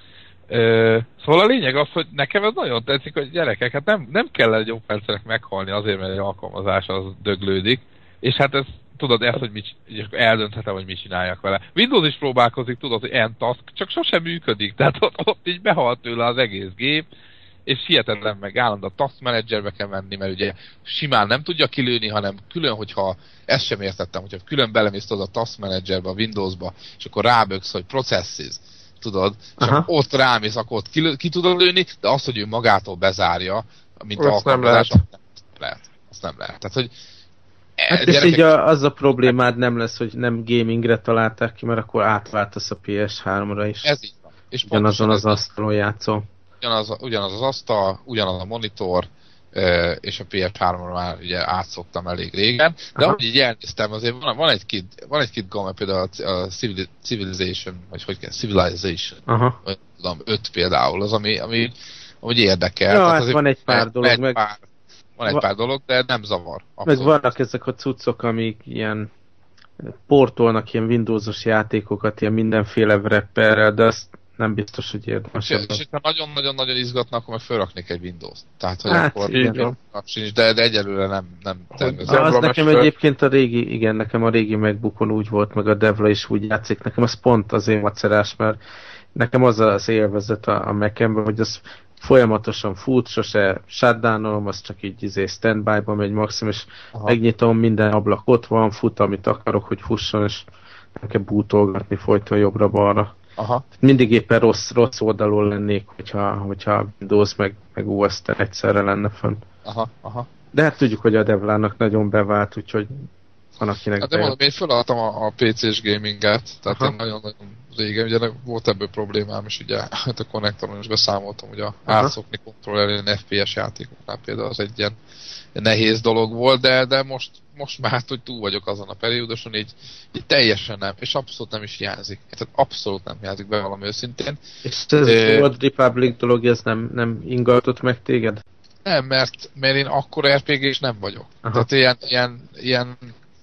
Ö, szóval a lényeg az, hogy nekem ez nagyon tetszik, hogy gyerekek, hát nem, nem kell egy oprenszernek meghalni azért, mert egy alkalmazás az döglődik, és hát ez, tudod ezt, hogy mit, eldönthetem, hogy mit csináljak vele. Windows is próbálkozik, tudod, hogy end task, csak sosem működik, tehát ott, ott így behalt tőle az egész gép, és hihetetlen meg állandó task managerbe kell menni, mert ugye simán nem tudja kilőni, hanem külön, hogyha ezt sem értettem, hogyha külön belemész a task managerbe, a Windowsba, és akkor ráböksz, hogy processes, tudod, és ott rámész, akkor ott ki, ki tudod lőni, de azt, hogy ő magától bezárja, mint alkalmazás, azt nem lehet. Azt nem lehet. Tehát, hogy hát és gyerekek... így a, az a problémád nem lesz, hogy nem gamingre találták ki, mert akkor átváltasz a pé es háromra is. Ez így van. És ugyanazon az asztalon játszol. Ugyanaz, ugyanaz az asztal, ugyanaz a monitor, és a pé es háromra már ugye átszoktam elég régen, de ahogy így elnéztem, azért van, van egy-két van egy-két gomb, például a Civilization, vagy hogy kell, Civilization, aha. Vagy, tudom, öt például, az, ami, ami, ami érdekel. Ja, hát van egy pár dolog, egy meg... Pár, van egy pár dolog, de nem zavar. Abszolút. Meg vannak ezek a cuccok, amik ilyen portolnak ilyen Windowsos játékokat, ilyen mindenféle wrapperrel, de azt nem biztos, hogy érdemes. És, és ha nagyon-nagyon-nagyon izgatnak, akkor meg felraknék egy Windows-t. Tehát, hogy hát, akkor sincs, de, de egyelőre nem, nem tervezem. Az nekem egyébként a régi, igen, nekem a régi MacBookon úgy volt, meg a Devla is úgy játszik. Nekem az pont azért macerás, mert nekem az az élvezet a, a Mac-emben, hogy az folyamatosan fut, sose shutdownolom, az csak így izé standby-ba megy maximum, és aha. megnyitom, minden ablak ott van, fut, amit akarok, hogy fusson, és nem kell bootolgatni folyton jobbra-balra. Aha. Mindig éppen rossz, rossz oldalon lennék, hogyha, hogyha Windows meg, meg o es egyszerre lenne fönn. Aha, aha. De hát tudjuk, hogy a Devlának nagyon bevált, úgyhogy van akinek hát de mondom, én feladtam a, a pé cés gaminget, tehát Aha. én nagyon-nagyon régen, ugye volt ebből problémám, és ugye hát a konnektoron is beszámoltam, hogy a átszokni kontrollerén ef pé es játékoknál például az egy ilyen nehéz dolog volt, de, de most, most már hát, hogy túl vagyok azon a perióduson, így, így teljesen nem, és abszolút nem is hiányzik. Tehát abszolút nem hiányzik be valami őszintén. És ez a Old Republic dolog, ez nem, nem ingatott meg téged? Nem, mert, mert én akkor er pé gés nem vagyok. Aha. Tehát ilyen, ilyen, ilyen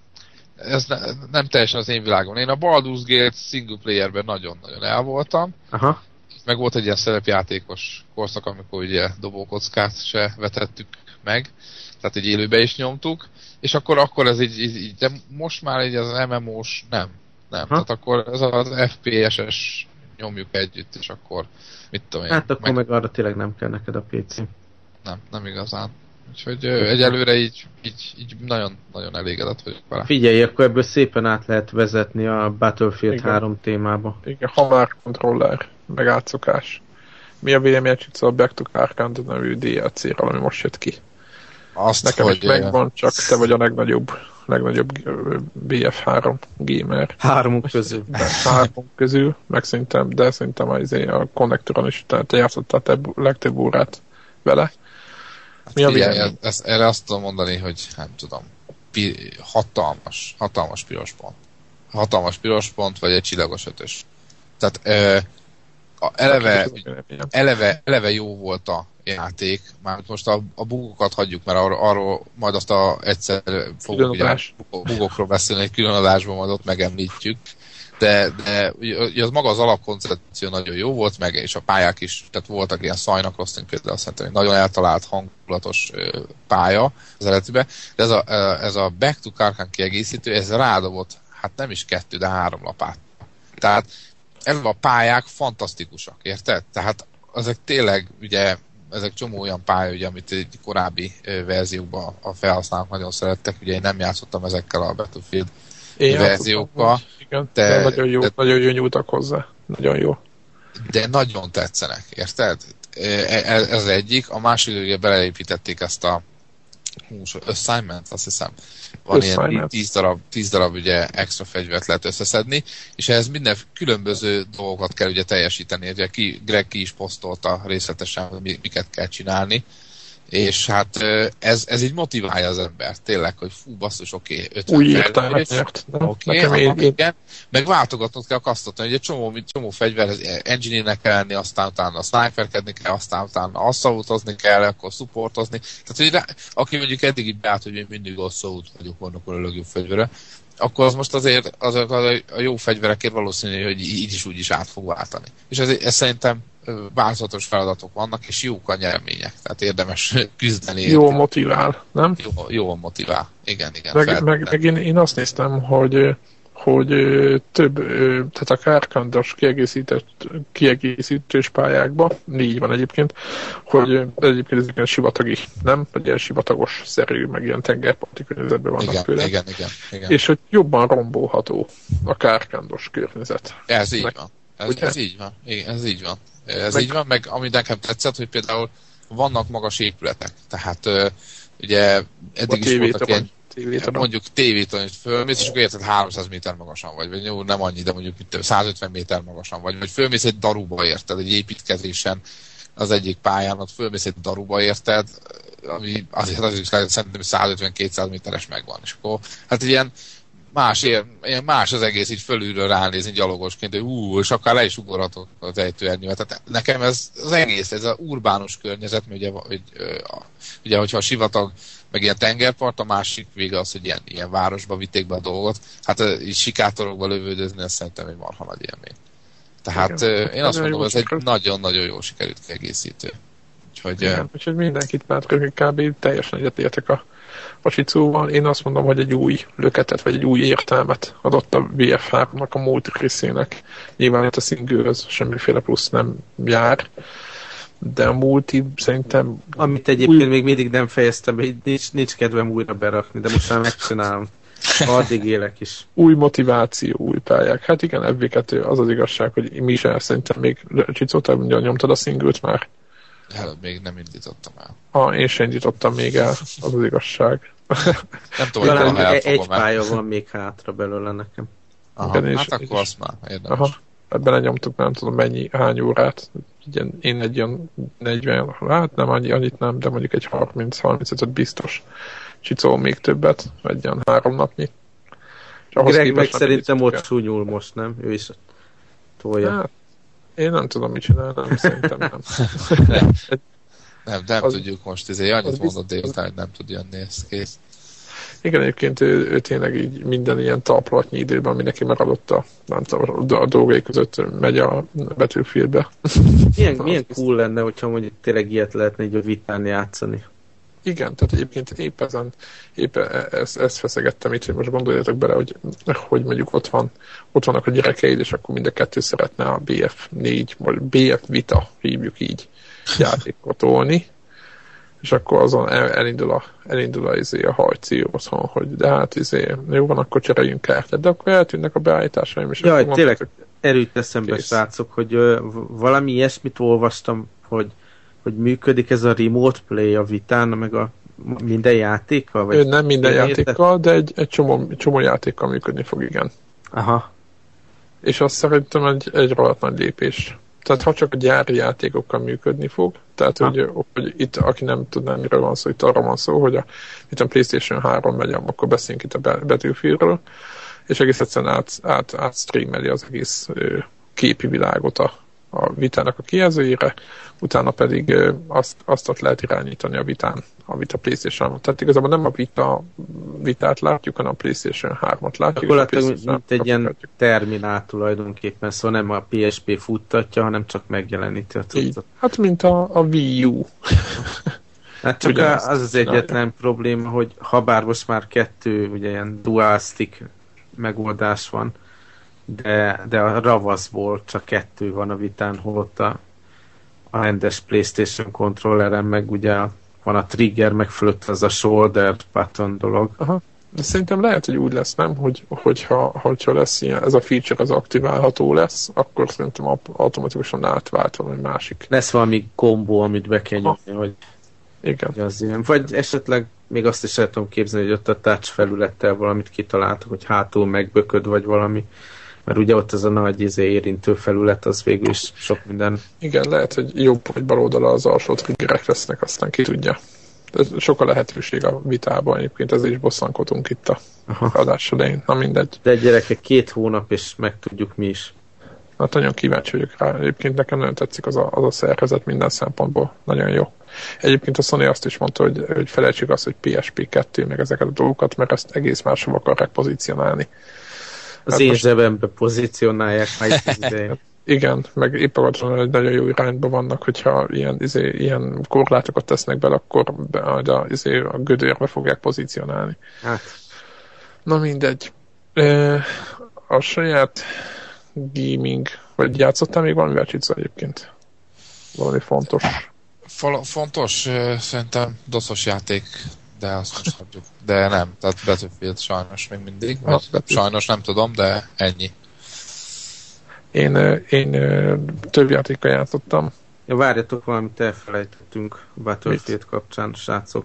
ez ne, nem teljesen az én világom. Én a Baldur's Gate single playerben nagyon-nagyon el voltam. Aha. Meg volt egy ilyen szerepjátékos korszak, amikor ugye dobókockát se vetettük meg. Tehát egy élőbe is nyomtuk. És akkor, akkor ez így, így, így, de most már így az em em ó-s nem. Nem. Tehát akkor ez az ef pé es-es nyomjuk együtt, és akkor mit tudom én. Hát akkor meg, meg arra tényleg nem kell neked a pé cé. Nem, nem igazán. Úgyhogy ö, egyelőre így, így, így nagyon, nagyon elégedett vagyok vele. Figyelj, akkor ebből szépen át lehet vezetni a Battlefield Igen. három témába. Igen, ha már kontroller, meg átszokás. Mi a véleményed a Back to Carcant nevű dé el cé-ről, ami most jött ki? Azt, Nekem hogy is megvan, csak te vagy a legnagyobb, legnagyobb bé ef három gamer. Háromuk közül. Háromuk közül, meg szerintem, de szerintem az a konnektoron is te, te játszottál te legtöbb órát vele. Mi a figyelj, ez, ez, erre azt tudom mondani, hogy nem tudom, pi, hatalmas, hatalmas piros pont. Hatalmas piros pont, vagy egy csillagos ötös. Tehát ö, a, eleve, eleve, eleve jó volt a játék, már most a, a bugokat hagyjuk, mert arról, arról majd azt a egyszer fogunk ugye, bugokról beszélni, egy külön adásban majd ott megemlítjük. De, de ugye az maga az alapkoncepció nagyon jó volt, meg és a pályák is, tehát voltak ilyen Psy Crossing például, szerintem egy nagyon eltalált, hangulatos pálya az eredetiben, de ez a, ez a Back to Carcan kiegészítő, ez rádobott, hát nem is kettő, de három lapát. Tehát eleve a pályák fantasztikusak, érted? Tehát ezek tényleg, ugye, ezek csomó olyan pálya, ugye, amit egy korábbi verziókban a felhasználók nagyon szerettek, ugye én nem játszottam ezekkel a Battlefield én verziókkal. Igen, de, de nagyon jó, de, nagyon jó nyújtak hozzá. Nagyon jó. De nagyon tetszenek, érted? Ez, ez egyik. A második, ugye beleépítették ezt a hús, assignment, azt hiszem. Van ilyen tíz darab, tíz darab ugye extra fegyvert lehet összeszedni, és ehhez minden különböző dolgokat kell ugye teljesíteni. Ugye ki, Greg ki is posztolta részletesen, hogy miket kell csinálni. És hát ez, ez így motiválja az embert, tényleg, hogy fú, basszus, oké, okay, ötven új értelmet nyert. Oké, okay, én, én... meg váltogatnod kell kasztatni, hogy egy csomó, csomó fegyverhez engine-nek kell lenni, aztán utána sniperkedni kell, aztán utána assaultozni kell, akkor supportozni. Tehát, hogy rá, aki mondjuk eddig így beállt, hogy én mindig assault vagyok, vannak a legjobb fegyvere, akkor az most azért az, az a jó fegyverekért valószínű, hogy így is úgy is át fog váltani. És ez, ez szerintem változatos feladatok vannak, és jók a nyeremények. Tehát érdemes küzdeni. Jó érte. Motivál, nem? Jó, jó motivál. Igen, igen. Meg, meg, meg én, én azt néztem, hogy hogy több, tehát a kárkandos kiegészített, kiegészítős pályákban, így van egyébként, hogy egyébként ezek ilyen sivatagi, nem? Vagy ilyen sivatagos szerű, meg ilyen tengerparti környezetben vannak igen, főleg. Igen, igen, igen. És hogy jobban rombolható a kárkandos környezet. Ez így meg, van. Ez, ez így van. Igen, ez így van. Ez meg, így van, meg ami nekem tetszett, hogy például vannak magas épületek. Tehát ugye eddig is voltak ilyen tévétorony. Mondjuk tévétorony fölmész, és akkor érted háromszáz méter magasan vagy, vagy jó, nem annyi, de mondjuk száz ötven méter magasan vagy, vagy fölmész egy daruba, érted, egy építkezésen az egyik pályán, ott fölmész egy daruba, érted, ami azért az is lehet, szerintem száz ötven-kétszáz méteres megvan, és akkor hát ilyen más, ilyen más az egész így fölülről ránézni gyalogosként, hogy ú, és akár le is ugorhatok az ejtőernyővel. Tehát nekem ez az egész, ez az urbánus környezet, mert ugye, hogy, ugye hogyha a sivatag meg ilyen tengerpart, a másik vége az, hogy ilyen, ilyen városba vitték be a dolgot. Hát így sikátorokba lövődözni, ez szerintem egy marha nagy élmény. Tehát igen, én azt mondom, ez egy nagyon-nagyon jó sikerült kiegészítő. Úgyhogy, igen, úgyhogy mindenkit már kb. Teljesen egyetértek a Pasicóval. Én azt mondom, hogy egy új löketet, vagy egy új értelmet adott a bé ef háromnak, a multi részének. Nyilván itt a single-höz semmiféle plusz nem jár, de a multi szerintem... Amit egyébként új... még mindig nem fejeztem be, nincs, nincs kedvem újra berakni, de most már megcsinálom. Addig élek is. Új motiváció, új pályák. Hát igen, ef vé kettő az az igazság, hogy mi is el szerintem még Csicó, te nyomtad a singlet már? Előbb még nem indítottam el. Ha, én sem indítottam még el, az az igazság. Nem tudom, hogy Talán valaha egy elfogom el. pálya van még hátra belőle nekem. Aha, Igen, és- hát akkor és- azt már érdemes. Aha. Ebben lenyomtuk nem tudom mennyi, hány órát. Ilyen, én egy ilyen negyven, hát nem annyi, annyit nem, de mondjuk egy harminc-harmincöt biztos. Csicó még többet, egy ilyen három napnyi. És ahhoz Greg meg képest nem szerintem indítottuk ott súnyul most, nem? Ő is tolja. el. Hát, én nem tudom, mit csinálnom, szerintem nem. Nem, nem, nem Az- tudjuk most, ezért annyit az mondott biztos- délután, hogy nem tud jönni, ez kész. Igen, egyébként ő, ő tényleg így minden ilyen talplatnyi időben, ami neki megadott a, nem tudom, a dolgai között megy a Battlefieldbe. Milyen, milyen cool lenne, hogyha mondjuk tényleg ilyet lehetne így a vitán játszani. Igen, tehát egyébként épp ezen, épp e- ezt, ezt feszegettem itt, hogy most gondoljatok bele, hogy, hogy mondjuk ott, van, ott vannak a gyerekeid, és akkor mind a kettő szeretne a bé ef négy, vagy bé ef Vita, hívjuk így, játékot tolni, és akkor azon el, elindul a, elindul a, izé, a hajció otthon, hogy de hát izé, jó van, akkor cseréljünk kártyát, de akkor eltűnnek a beállításaim, és Jaj, akkor tényleg mondtuk, erőt eszembe, Kész. srácok, hogy ö, v- valami ilyesmit olvastam, hogy, hogy működik ez a remote play a vitán, meg a minden játékkal? hogy Vagy nem minden én játékkal, de egy, egy csomó, csomó játékkal működni fog, igen. Aha. És azt szerintem egy, egy rohadt nagy lépés. Tehát ha csak a gyári játékokkal működni fog, tehát Ha. hogy, hogy itt, aki nem tudná, miről van szó, itt arra van szó, hogy a, itt a PlayStation három megy, akkor beszéljünk itt a Battlefieldről, és egész egyszerűen át, át, át streameli az egész ö, képi világot a, a vitának a kijelzőjére, utána pedig ö, azt, azt ott lehet irányítani a vitán, a vita PlayStation. Tehát igazából nem a vita, vitát látjuk, hanem a PlayStation hármat látjuk. és a Gyakorlatilag PlayStation mint egy ilyen látjuk. terminál tulajdonképpen, szóval nem a pé es pé futtatja, hanem csak megjeleníti a Így. cuccot. Hát mint a, a Wii U. Hát csak Ugyanezt az az csinálja. egyetlen probléma, hogy ha bár most már kettő ugye ilyen dual stick megoldás van, de, de a ravaszból csak kettő van a vitán, holott a, a rendes PlayStation kontrolleren meg ugye van a trigger, meg fölött az a shoulder button dolog. Aha. De szerintem lehet, hogy úgy lesz, nem? Hogy, hogyha, hogyha lesz ilyen, ez a feature az aktiválható lesz, akkor szerintem automatikusan átvált valami másik. Lesz valami kombó, amit be kell nyomni, hogy Igen. hogy az ilyen. Vagy esetleg még azt is el tudom képzelni, hogy ott a touch felülettel valamit kitaláltak, hogy hátul megbököd, vagy valami. Mert ugye ott ez a nagy izé, érintő felület, az végül is sok minden. Igen, lehet, hogy jobb, hogy bal oldala az alsó triggerek lesznek, aztán ki tudja. De sok a lehetőség a vitában, egyébként ezért is bosszankodunk itt a Aha. adás elején. Na mindegy. De gyerekek, két hónap, és megtudjuk mi is. Hát nagyon kíváncsi vagyok rá. Egyébként nekem nagyon tetszik az a, az a szerkezet minden szempontból. Nagyon jó. Egyébként a Sony azt is mondta, hogy, hogy felejtsük azt, hogy pé es pé kettő, meg ezeket a dolgokat, mert ezt egész máshova akarják pozícionálni. Az Hát én most- zsebembe pozícionálják majd az idején. Igen, meg épp akartam mondani, hogy nagyon jó irányba vannak, hogyha ilyen, izé, ilyen korlátokat tesznek bele, akkor be, a, izé, a gödörbe fogják pozícionálni. Hát, Na mindegy. E, a saját gaming, vagy játszottál még valamivel, Csica, egyébként? Valami fontos. Fal- fontos, ö, szerintem doszos játék, de azt most hagyjuk. De nem, tehát Battlefield sajnos még mindig. Ah, Vagy Battlefield. sajnos nem tudom, de ennyi. Én, ö, én ö, több játékkal játszottam. ja, várjatok, valamit elfelejtettünk a Battlefield kapcsán, srácok.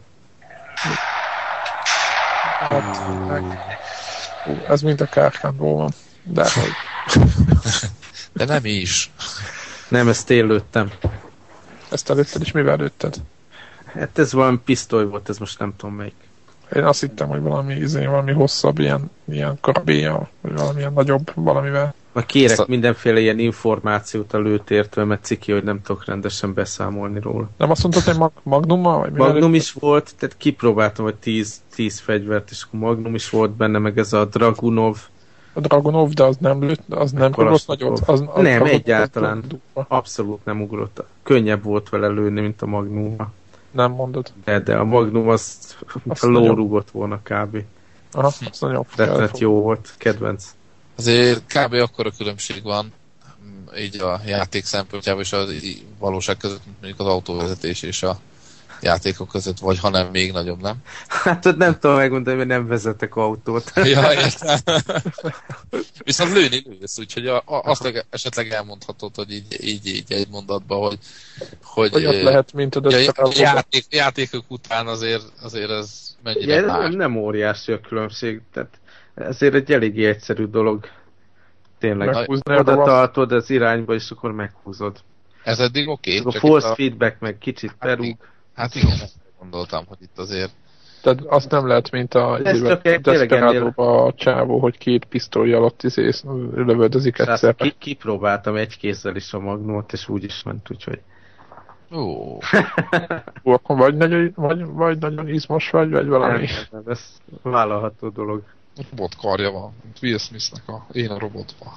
Hát, meg, ú, ez mind a kárkámból van. De hogy De nem is. Nem, ezt én lőttem. ezt előtted is mivel lőtted? Hát ez valami pisztoly volt, ez most nem tudom melyik. Én azt hittem, hogy valami, izé, valami hosszabb, ilyen, ilyen karabéja, vagy valamilyen nagyobb valamivel. Majd kérek Ezt a- mindenféle ilyen információt a lőtértől, mert ciki, hogy nem tudok rendesen beszámolni róla. Nem azt mondtad, hogy mag- Magnummal? Vagy mivel Magnum is volt, tehát kipróbáltam, hogy tíz, tíz fegyvert, és akkor Magnum is volt benne, meg ez a Dragunov. A Dragonov, de az nem lőtt, az nem ugrott Kalasnyikov. nagyot. Az, az, Nem, az, egyáltalán. Az durva. Abszolút nem ugrott. Könnyebb volt vele lőni, mint a Magnum. Nem mondod. De, de a Magnum az, mint Azt a nagyon- lórugott volna kb. Aha, az nagyon Rettenet jó volt, kedvenc. Azért kb. Akkora különbség van így a játék szempontjából és a valóság között, mint mondjuk az autóvezetés és a játékok között, vagy ha nem, még nagyobb, nem? Hát ott nem tudom megmondani, mert nem vezetek autót. Ja, értem. Viszont lőni lősz, úgyhogy a, a, azt esetleg elmondhatod, hogy így, így, így egy mondatban, hogy... hogy Olyat lehet, mint a ja, játék, játékok után azért, azért ez mennyire ja, más. Nem, nem óriási a különbség, tehát ezért egy eléggé egyszerű dolog. Tényleg, oda tartod az irányba, és akkor meghúzod. Ez eddig oké. Okay, a force a... feedback meg kicsit hát perúg. Hát igen, ezt gondoltam, hogy itt azért... Tehát azt nem lehet, mint a Desperado-ba a csávó, hogy két pisztoly alatt izé, lövöldözik egyszer. Ki, kipróbáltam egy kézzel is a magnót, és úgy is ment, úgyhogy... Ó. Ó, akkor vagy nagyon, vagy, vagy nagyon izmos vagy, vagy valami. Nem, nem, ez vállalható dolog. Robotkarja van, mint Will Smithnek a Én a robotban.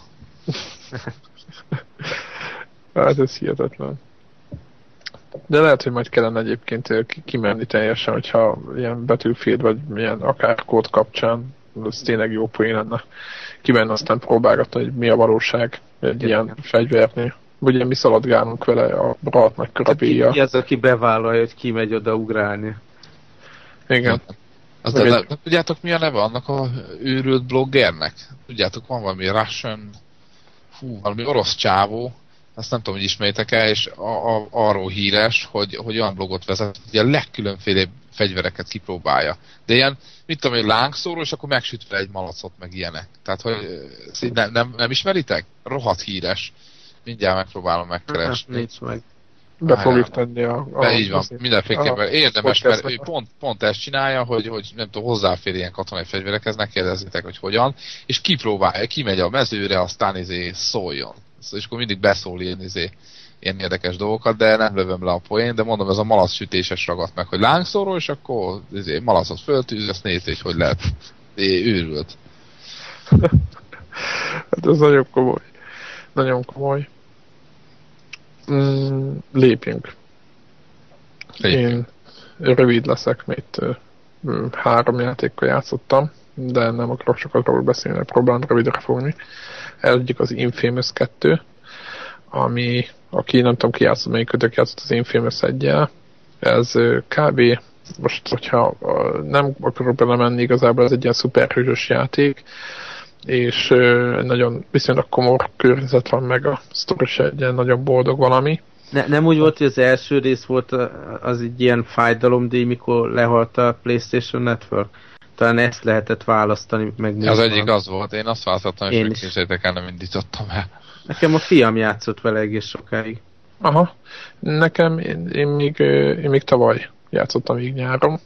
Hát ez hihetetlen. De lehet, hogy majd kellene egyébként kimenni teljesen, hogyha ilyen Battlefield, vagy milyen akár kód kapcsán, ez tényleg jó poén lenne. Kimenni aztán próbálgatni, hogy mi a valóság egy ilyen igen. fegyvernél. Vagy ilyen mi szaladgálunk vele a rohadt nagy körabélyjal. Ki az, aki bevállalja, hogy kimegy oda ugrálni. Igen. Az de, de, de tudjátok mi a neve annak a őrült bloggernek? Tudjátok, van valami Russian, fú, valami orosz csávó, azt nem tudom, hogy ismeritek el, és a, a, arról híres, hogy, hogy olyan blogot vezet, hogy a legkülönfélébb fegyvereket kipróbálja. De ilyen, mit tudom, hogy lángszóró, és akkor megsütve egy malacot, meg ilyenek. Tehát, hogy nem, nem, nem ismeritek? Rohadt híres. Mindjárt megpróbálom megkeresni. Nincs meg. Be fogjuk tenni a... a Be, így van, mindenféleképpen érdemes, mert ő pont, pont ezt csinálja, hogy, hogy nem tudom, hozzáfér ilyen katonai fegyverekhez, ne kérdezzétek, hogy hogyan, és kipróbálja, kimegy a mezőre, aztán izé szóljon. És akkor mindig beszól ilyen, izé, ilyen érdekes dolgokat, de nem lövöm le a poén, de mondom, ez a malac sütéses ragadt meg, hogy lángszóró, és akkor izé, malacot föltűz, ezt nézd, hogy hogy lehet. É, őrült. Hát ez nagyon komoly. Nagyon komoly. Mm, lépjünk. Lépjünk. Én rövid leszek, mert uh, három játékkal játszottam, de nem akarok sokat róla beszélni, próbálom rövidre fogni. Egyik az Infamous kettő, ami, aki nem tudom ki játszott, melyik kötök játszott az Infamous egyel. Ez uh, kb. Most, hogyha uh, nem akarok belemenni, igazából ez egy ilyen szuperhősös játék, és uh, nagyon viszonylag komor környezet van, meg a sztori se egy ilyen nagyon boldog valami. Ne, nem úgy volt, hogy az első rész volt az egy ilyen fájdalomdíj, mikor lehalt a PlayStation Network? Talán ezt lehetett választani, meg az egyik az volt, én azt választottam, és megképzeljétek el, nem indítottam el. Nekem a fiam játszott vele egész sokáig. Aha, nekem, én, én, még, én még tavaly játszottam még nyáron,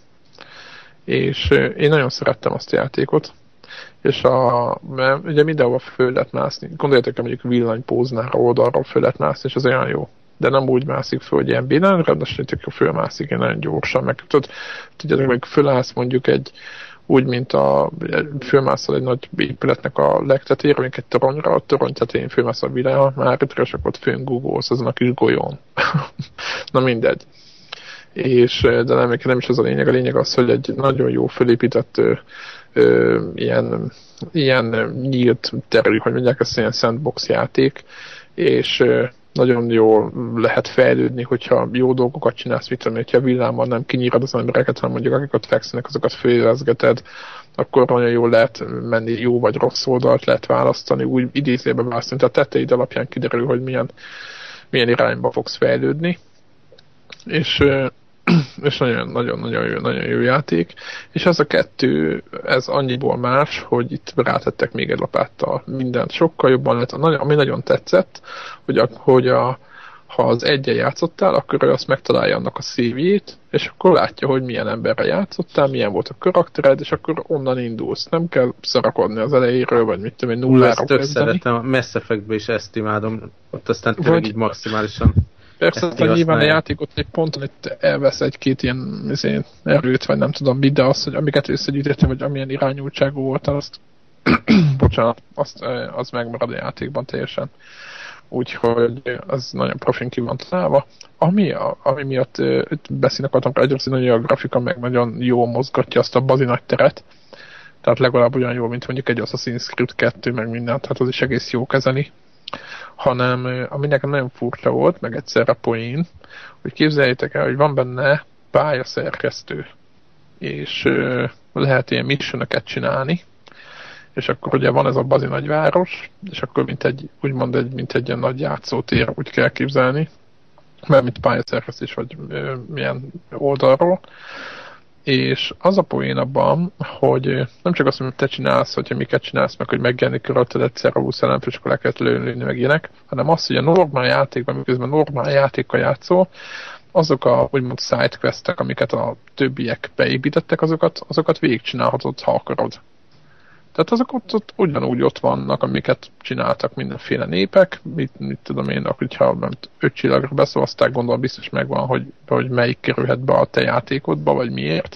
és én nagyon szerettem azt a játékot. És a, mert ugye mindenhova föl lehet mászni. Gondoljátok, hogy mondjuk villanypóznára oldalról föl lehet mászni, és az olyan jó. De nem úgy mászik föl, hogy ilyen bénán, rendesen, hogy fölmászik, én nagyon gyorsan. Meg tudod, tudjátok, hogy fölállsz mondjuk egy, úgy, mint a fölmászol egy nagy épületnek a legtetére, mondjuk egy toronyra, a torony tetején fölmászol a világ, már itt, és akkor fönn googolsz azon a kis golyón. Na mindegy. És, de nem, nem is az a lényeg, a lényeg az, hogy egy nagyon jó fölépített Ö, ilyen, ilyen nyílt terül, hogy mondják, ez ilyen sandbox játék, és ö, nagyon jól lehet fejlődni, hogyha jó dolgokat csinálsz, mit tudom, hogyha villámmal nem kinyírod az embereket, hanem mondjuk akiket fekszenek, azokat félrezgeted, akkor nagyon jól lehet menni, jó vagy rossz oldalt lehet választani, úgy idézőben választani, tehát tetteid alapján kiderül, hogy milyen, milyen irányba fogsz fejlődni, és ö, és nagyon-nagyon jó, nagyon jó játék, és ez a kettő, ez annyiból más, hogy itt rátettek még egy lapáttal mindent, sokkal jobban lehet, ami nagyon tetszett, hogy, a, hogy a, ha az egyen játszottál, akkor ő azt megtalálja annak a szívjét, és akkor látja, hogy milyen emberre játszottál, milyen volt a karaktered, és akkor onnan indulsz. Nem kell szarakodni az elejéről, vagy mit tudom, egy nullára kezdeni. Ezt tök szeretem, a Mass Effectben is ezt imádom, ott aztán tényleg vagy... így maximálisan. Persze, hogy nyilván a játékot egy ponton itt elvesz egy-két ilyen izén, erőt, vagy nem tudom mit, de az, hogy amiket összegyűjtöttem, vagy amilyen irányultságú volt, azt bocsánat, azt, az megmarad a játékban teljesen. Úgyhogy az nagyon profin ki van találva. Ami, a, ami miatt beszélni akartam, egyrészt nagyon jó a grafika, meg nagyon jó mozgatja azt a bazi nagy teret. Tehát legalább olyan jó, mint mondjuk egy Assassin's Creed kettő, meg minden, tehát az is egész jó kezelni. Hanem ami nekem nagyon furcsa volt, meg egyszerre poén, hogy képzeljétek el, hogy van benne pályaszerkesztő, és ö, lehet ilyen missionöket csinálni, és akkor ugye van ez a bazi nagyváros, és akkor mint egy, úgymond egy, mint egy ilyen nagy játszótér, úgy kell képzelni, mert mint pályaszerkesztés vagy ö, milyen oldalról. És az a poén abban, hogy nem csak azt, hogy te csinálsz, hogyha miket csinálsz, meg hogy megjelenik körülötted egyszer a húszszellem, és akkor le kell lőni, meg ilyenek, hanem az, hogy a normál játékban, miközben normál játékkal játszol, azok a úgymond sidequestek, amiket a többiek beépítettek, azokat, azokat végigcsinálhatod, ha akarod. Tehát azok ott, ott ugyanúgy ott vannak, amiket csináltak mindenféle népek, mit, mit tudom én, hogyha öt csillagra beszólazták, gondolom biztos megvan, hogy, hogy melyik kerülhet be a te játékodba, vagy miért.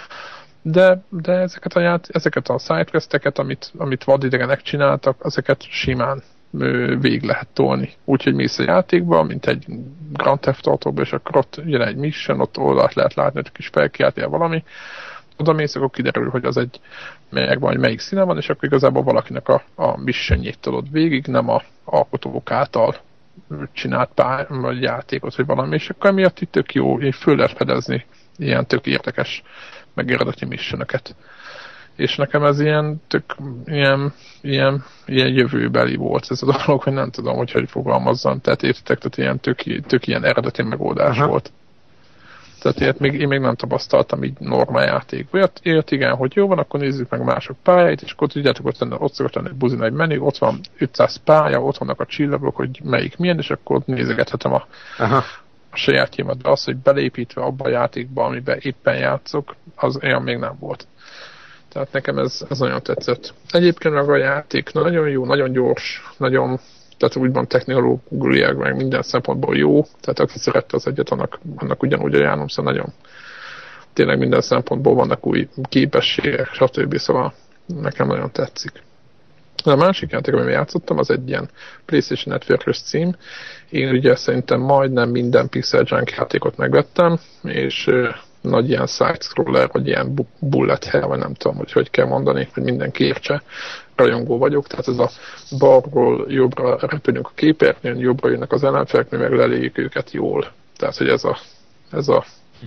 De, de ezeket a, ját, ezeket a sidequesteket, amit, amit vadidegenek csináltak, ezeket simán végig lehet tolni. Úgyhogy mész a játékba, mint egy Grand Theft Autóba, és akkor ott jön egy mission, ott oldalt lehet látni, hogy kis felkiáltél valami, oda mész, akkor kiderül, hogy az egy megvan, hogy melyik színe van, és akkor igazából valakinek a, a missionjét tudod végig, nem a alkotók által csinált pár, vagy játékot, vagy valami, és akkor miatt itt tök jó, így föl lehet fedezni ilyen tök érdekes, meg eredeti missionöket. És nekem ez ilyen tök, ilyen, ilyen, ilyen jövőbeli volt ez a dolog, hogy nem tudom, hogy hogy fogalmazzam, tehát értitek, tehát ilyen tök, tök ilyen eredeti megoldás Aha. volt. Tehát ilyet még, én még nem tapasztaltam így normál játékban. Ilyet, ilyet igen, hogy jó van, akkor nézzük meg mások pályáit, és akkor tudjátok, ott, lenne, ott szokott lenni egy buzi nagy menü, ott van ötszáz pálya, ott vannak a csillagok, hogy melyik milyen, és akkor nézegethetem a, a sajátjémat. De az, hogy belépítve abba a játékba, amiben éppen játszok, az olyan még nem volt. Tehát nekem ez, ez nagyon tetszett. Egyébként meg a játék nagyon jó, nagyon gyors, nagyon, tehát úgymond technológiailag meg minden szempontból jó, tehát aki szerette az egyet, annak, annak ugyanúgy ajánlom, szóval nagyon tényleg minden szempontból vannak új képességek, stb. Szóval nekem nagyon tetszik. A másik játék, amivel játszottam, az egy ilyen PlayStation Network-ös cím. Én ugye szerintem majdnem minden Pixel Junk játékot megvettem, és uh, nagy ilyen side-scroller, vagy ilyen bullet hell, vagy nem tudom, hogy hogy kell mondani, hogy mindenki értse. Rajongó vagyok, tehát ez a balról jobbra repülünk a képernyőn, jobbra jönnek az ellenfelek, mi meg leléljük őket jól. Tehát, hogy ez a, ez a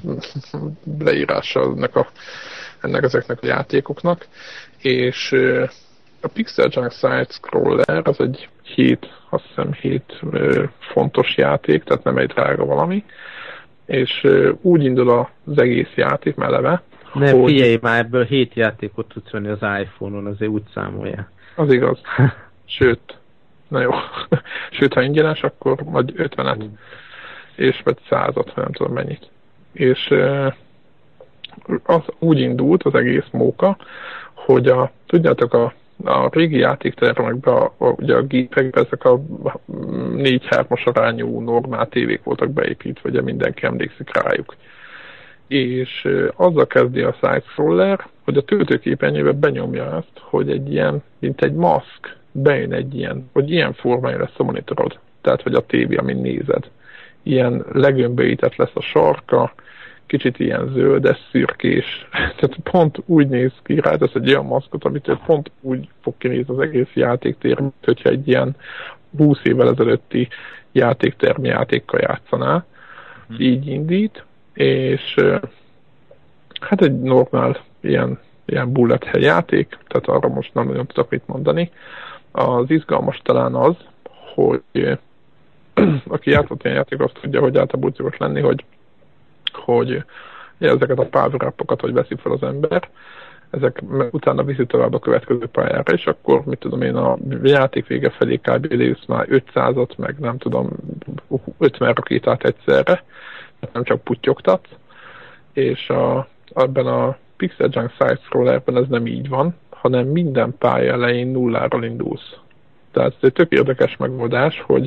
leírása ennek, a, ennek ezeknek a játékoknak. És a Pixel Junk Side-Scroller az egy hét, azt hiszem hét fontos játék, tehát nem egy drága valami. És úgy indul az egész játék meleve, ne hogy... figyelj már, ebből hét játékot tudsz venni az iPhone-on, azért úgy számolja. Az igaz. Sőt, na jó. Sőt, ha ingyenes, akkor majd ötvenet, és vagy százat, nem tudom mennyit. És az úgy indult az egész móka, hogy a, tudjátok, a, a régi játéktermekben, a, a, ugye a gépekben ezek a négy hármas arányú normál tévék voltak beépítve, ugye mindenki emlékszik rájuk. És azzal kezdi a side-scroller, hogy a töltőképernyőbe benyomja azt, hogy egy ilyen, mint egy maszk, bejön egy ilyen, hogy ilyen formája lesz a monitorod. Tehát, hogy a tévé, amin nézed. Ilyen legömböített lesz a sarka, kicsit ilyen zöldes, szürkés. Tehát pont úgy néz ki, rátesz egy olyan maszkot, amitől pont úgy fog kinézni az egész játéktér, mint hogyha egy ilyen húsz évvel ezelőtti játéktermi játékkal játszanál. Hmm. Így indít. És hát egy normál ilyen, ilyen bullet hell játék, tehát arra most nem nagyon tudok mit mondani. Az izgalmas talán az, hogy aki játszott ilyen játék, azt tudja, hogy általában úgy szokott lenni, hogy, hogy ezeket a power-upokat, hogy veszi fel az ember, ezek utána viszi tovább a következő pályára, és akkor, mit tudom én, a játék vége felé kb. Lévsz már ötszázat, meg nem tudom, ötven rakétát egyszerre, nem csak puttyogtatsz, és a, ebben a Pixel Junk Side-Scrollerben ez nem így van, hanem minden pálya elején nulláról indulsz. Tehát ez egy tök érdekes megoldás, hogy,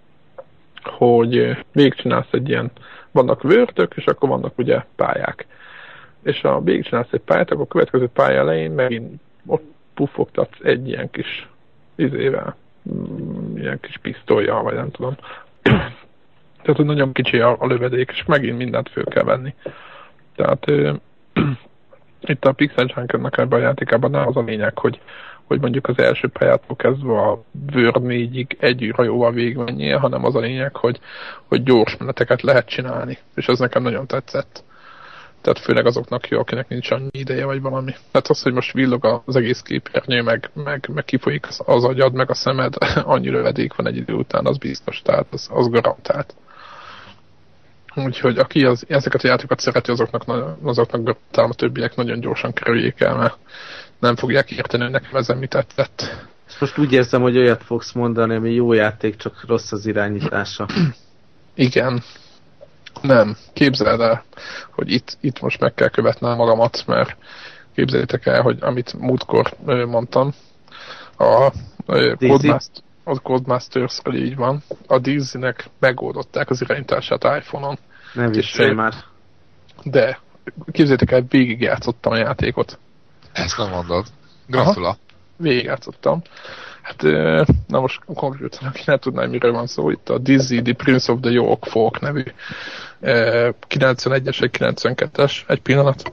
hogy végigcsinálsz egy ilyen, vannak vörtök, és akkor vannak ugye pályák. És ha végigcsinálsz egy pályát, akkor a következő pálya elején megint ott puffogtatsz egy ilyen kis izével, ilyen kis pisztollyal, vagy nem tudom. Tehát, hogy nagyon kicsi a, a lövedék, és megint mindent föl kell venni. Tehát ö, itt a Pixel Junk-nak ebben a játékában nem az a lényeg, hogy, hogy mondjuk az első pályától kezdve a World négyig egy rajóval végigmenjél, hanem az a lényeg, hogy, hogy gyors meneteket lehet csinálni. És ez nekem nagyon tetszett. Tehát főleg azoknak jó, akinek nincs annyi ideje, vagy valami. Tehát az, hogy most villog az egész képernyő, meg, meg, meg kifolyik az, az agyad, meg a szemed, annyi lövedék van egy idő után, az biztos, tehát az, az garantált. Úgyhogy aki az, ezeket a játékokat szereti, azoknak, azoknak garantálom a többiek nagyon gyorsan kerüljék el, mert nem fogják érteni, hogy nekem ezen mit tetszett. Most úgy érzem, hogy olyat fogsz mondani, ami jó játék, csak rossz az irányítása. Igen. Nem. Képzeld el, hogy itt, itt most meg kell követnem magamat, mert képzeljétek el, hogy amit múltkor mondtam, a Codemaster, a Codemasters-ről így van, a Dizzy-nek megoldották az irányítását iPhone-on. Nem viccelj már. De képzeljétek el, végigjátszottam a játékot. Ezt nem mondod. Gratula. Végigjátszottam. Hát, na most konkrétan, aki nem tudná, miről van szó, itt a Dizzy, The Prince of the York Folk nevű kilencvenegyes vagy kilencvenkettes, egy pillanat.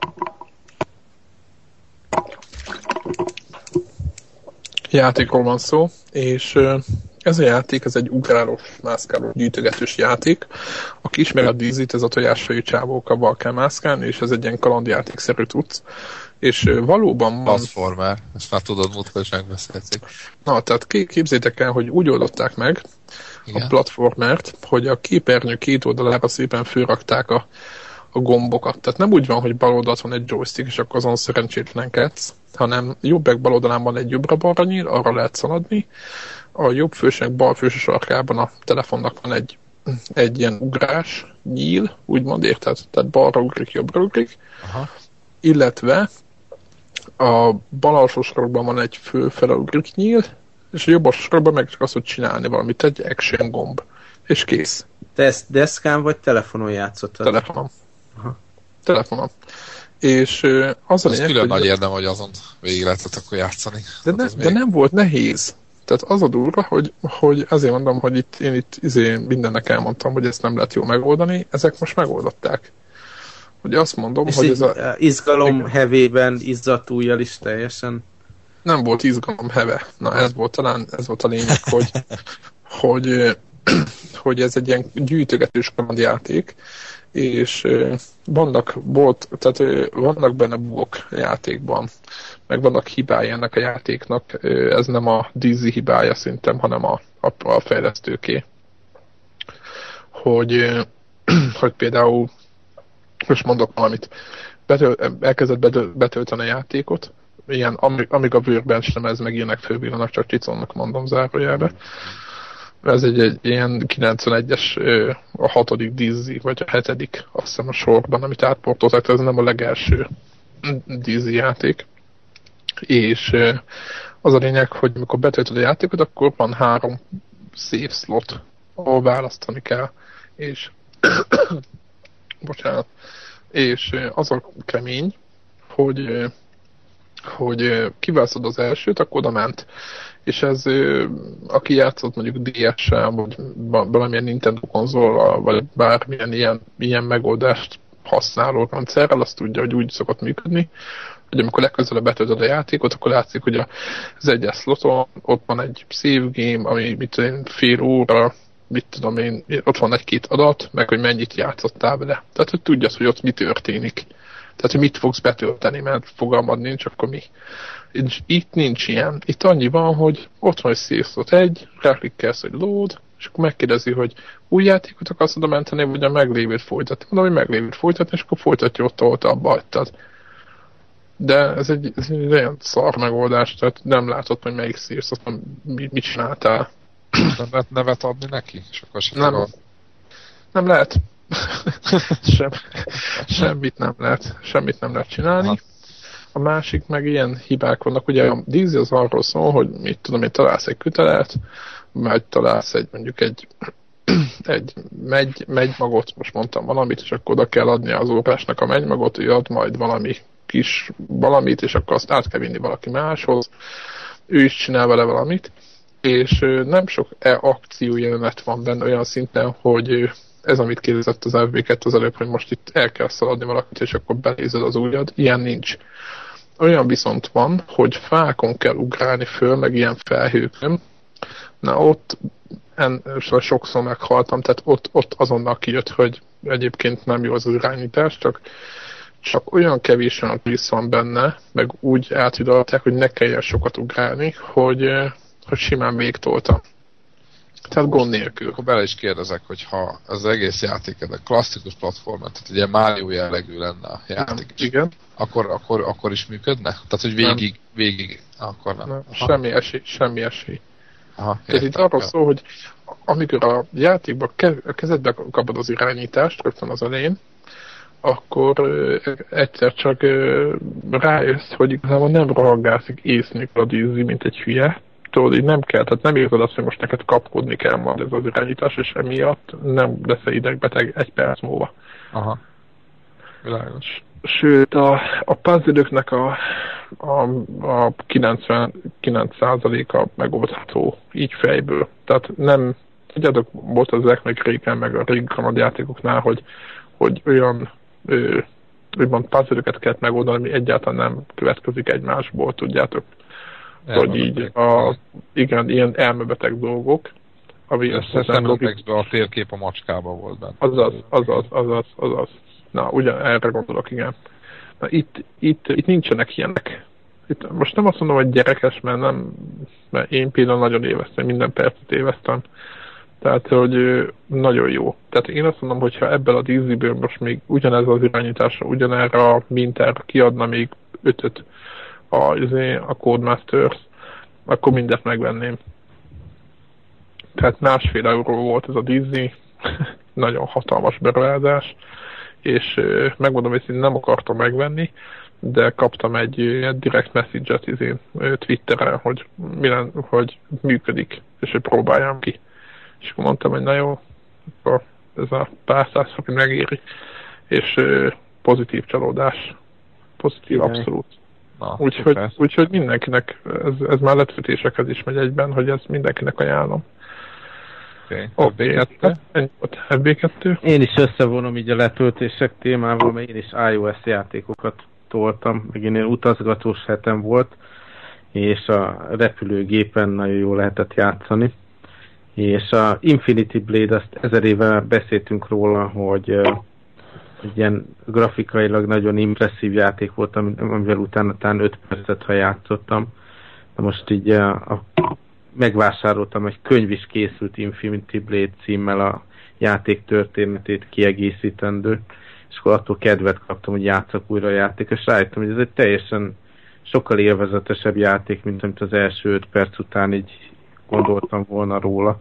Játékról van szó, és ez a játék, ez egy ugrálós, mászkálós, gyűjtögetős játék. Aki ismeri a Dizzy-t, ez a tojásfejű csávókkal kell mászkálni, és ez egy ilyen kalandjátékszerű tudsz. És valóban van... Transformer, ezt már tudod, múltkor is megbeszélték. Na, tehát képzétek el, hogy úgy oldották meg, igen, a platformert, hogy a képernyő két oldalára szépen fölrakták a, a gombokat. Tehát nem úgy van, hogy bal oldalt van egy joystick, és akkor azon szerencsétlenkedsz, hanem jobbek bal oldalán van egy jobbra-balra nyíl, arra lehet szaladni. A jobb fősnek bal főső sarkában a telefonnak van egy, egy ilyen ugrás nyíl, úgymond, érted? Tehát balra ugrik, jobbra ugrik. Aha. Illetve a bal alsó sarokban van egy fölfele ugrik nyíl, és a jobb alsó sarokban meg csak azt, hogy csinálni valamit, egy action gomb. És kész. Te ezt deszkán vagy telefonon játszottad? Telefonom. Aha. Telefonom. És az a lényeg, külön hogy... nagy érdem, hogy azon végig lehetett akkor játszani. De, ne, de nem volt nehéz. Tehát az a durva, hogy, hogy azért mondom, hogy itt, én itt izé mindennek elmondtam, hogy ezt nem lehet jól megoldani, ezek most megoldották. Ugye azt mondom, és hogy ez a... izgalom igen, hevében, izzatújjal is teljesen... Nem volt izgalom heve. Na ez volt talán, ez volt a lényeg, hogy, hogy, hogy ez egy ilyen gyűjtögetős kalandjáték, és vannak, volt, tehát vannak benne bugok a játékban, meg vannak hibái ennek a játéknak. Ez nem a Dizzy hibája szerintem, hanem a, a, a fejlesztőké. Hogy, hogy például most mondok valamit, betöl, elkezdett betöl, betölteni a játékot, ilyen, amíg, amíg a bőrben sem ez meg ilyenek fővillanak, csak Csicónak mondom zárójelbe. Ez egy, egy ilyen kilencvenegyes, a hatodik Dizzy, vagy a hetedik, azt hiszem a sorban, amit átportoltak, ez nem a legelső Dizzy játék. És az a lényeg, hogy amikor betöltöd a játékot, akkor van három save slot, ahol választani kell. És bocsánat. És az a kemény, hogy, hogy kiválasztod az elsőt, akkor oda ment. És ez, aki játszott mondjuk dé es-sel, vagy valamilyen Nintendo konzollal, vagy bármilyen ilyen, ilyen megoldást használó rendszerrel, azt tudja, hogy úgy szokott működni, hogy amikor legközelebb betöltöd a játékot, akkor látszik, hogy az egyes sloton ott van egy save game, ami mit tudom, fél óra, mit tudom én, ott van egy-két adat, meg hogy mennyit játszottál vele. Tehát, hogy tudjad, hogy ott mi történik. Tehát, hogy mit fogsz betölteni, mert fogalmad nincs, akkor mi. És itt nincs ilyen. Itt annyi van, hogy ott van egy save slot egy, ráklikkelsz, hogy load, és akkor megkérdezi, hogy új játékot akarsz oda menteni, vagy a meglévőt folytatni. Mondom, hogy meglévőt folytatni, és akkor folytatja ott, ahol abba hagytad. De ez egy, ez egy olyan szar megoldás, tehát nem látod, hogy melyik save slot, mit, mit csináltál. Nem lehet nevet adni neki? És akkor nem, a... nem lehet. Sem, semmit nem lehet. Semmit nem lehet csinálni. Aha. A másik meg ilyen hibák vannak. Ugye a Dizzy az arról szól, hogy mit tudom én, találsz egy kötelet, majd találsz egy mondjuk egy egy megy, megymagot, most mondtam valamit, és akkor oda kell adni az órásnak a megymagot, ő ad majd valami kis valamit, és akkor azt át kell vinni valaki máshoz. Ő is csinál vele valamit. És nem sok e akciójelenet van benne olyan szinten, hogy ez, amit kérdezett az ef bé kettő az előbb, hogy most itt el kell szaladni valakit, és akkor belézed az ujjad. Ilyen nincs. Olyan viszont van, hogy fákon kell ugrálni föl, meg ilyen felhőkön. Na ott en, sokszor meghaltam, tehát ott, ott azonnal kijött, hogy egyébként nem jó az irányítás, csak, csak olyan kevésen a twist van benne, meg úgy átidalták, hogy ne kelljen sokat ugrálni, hogy, hogy simán végtoltam. Tehát gond nélkül. Akkor bele is kérdezek, hogy ha az egész játék egy klasszikus platformon, tehát ugye Mario jellegű lenne a játék is, igen. Akkor, akkor, akkor is működne? Tehát, hogy végig, nem. végig, akkor nem. nem. Semmi esély, semmi esély. Aha, tehát itt arról szól, hogy amikor a játékban a kezedbe kapod az irányítást, rögtön az elején, akkor egyszer csak rájössz, hogy igazából nem rohangászik ész nélkül a Dizzy, mint egy hülye. Tudod, így nem kell, tehát nem érzed azt, hogy most neked kapkodni kell majd ez az irányítás, és emiatt nem lesz idegbeteg egy perc múlva. Aha. Világos. Sőt, a, a puzzle-öknek a, a, a kilencvenkilenc százaléka megoldható így fejből. Tehát nem, tudjátok, volt az meg régen, meg a régi kamadjátékoknál, hogy, hogy olyan ö, úgymond puzzle-öket kellett megoldani, ami egyáltalán nem következik egymásból, tudjátok. Hogy így, a, igen, ilyen elmebeteg dolgok. Ami Assassin's a térkép a macskában volt benne. Azaz, azaz, azaz, azaz. Na, ugyan erre gondolok, igen. Na, itt, itt, itt nincsenek ilyenek. Itt, most nem azt mondom, hogy gyerekes, mert nem, mert én például nagyon éveztem, minden percet éveztem. Tehát, hogy nagyon jó. Tehát én azt mondom, hogy ha ebből a Dizzy-ből most még ugyanez az irányításra, ugyanerre a mintára kiadna még ötöt a, a Codemasters, akkor mindet megvenném. Tehát másfél euró volt ez a Dizzy, nagyon hatalmas beruházás, és megmondom, hogy én nem akartam megvenni, de kaptam egy, egy direct message-et izén, Twitteren, hogy, milyen, hogy működik, és hogy próbáljam ki. És akkor mondtam, hogy na jó, akkor ez a pár száz forint megéri, és pozitív csalódás. Pozitív, igen. Abszolút. Úgyhogy úgy, mindenkinek, ez, ez már letöltésekhez is megy egyben, hogy ez mindenkinek ajánlom. Oké, okay. F B kettő. Én is összevonom így a letöltések témával, mert én is iOS játékokat toltam, meg én utazgatós hetem volt, és a repülőgépen nagyon jól lehetett játszani. És a Infinity Blade, azt ezer éve beszéltünk róla, hogy egy ilyen grafikailag nagyon impresszív játék volt, amivel utána talán öt percet, ha játszottam. De most így a, a, megvásároltam, egy könyv is készült Infinity Blade címmel a játék történetét kiegészítendő, és akkor attól kedvet kaptam, hogy játszak újra a játék, és rájöttem, hogy ez egy teljesen sokkal élvezetesebb játék, mint amit az első öt perc után így gondoltam volna róla.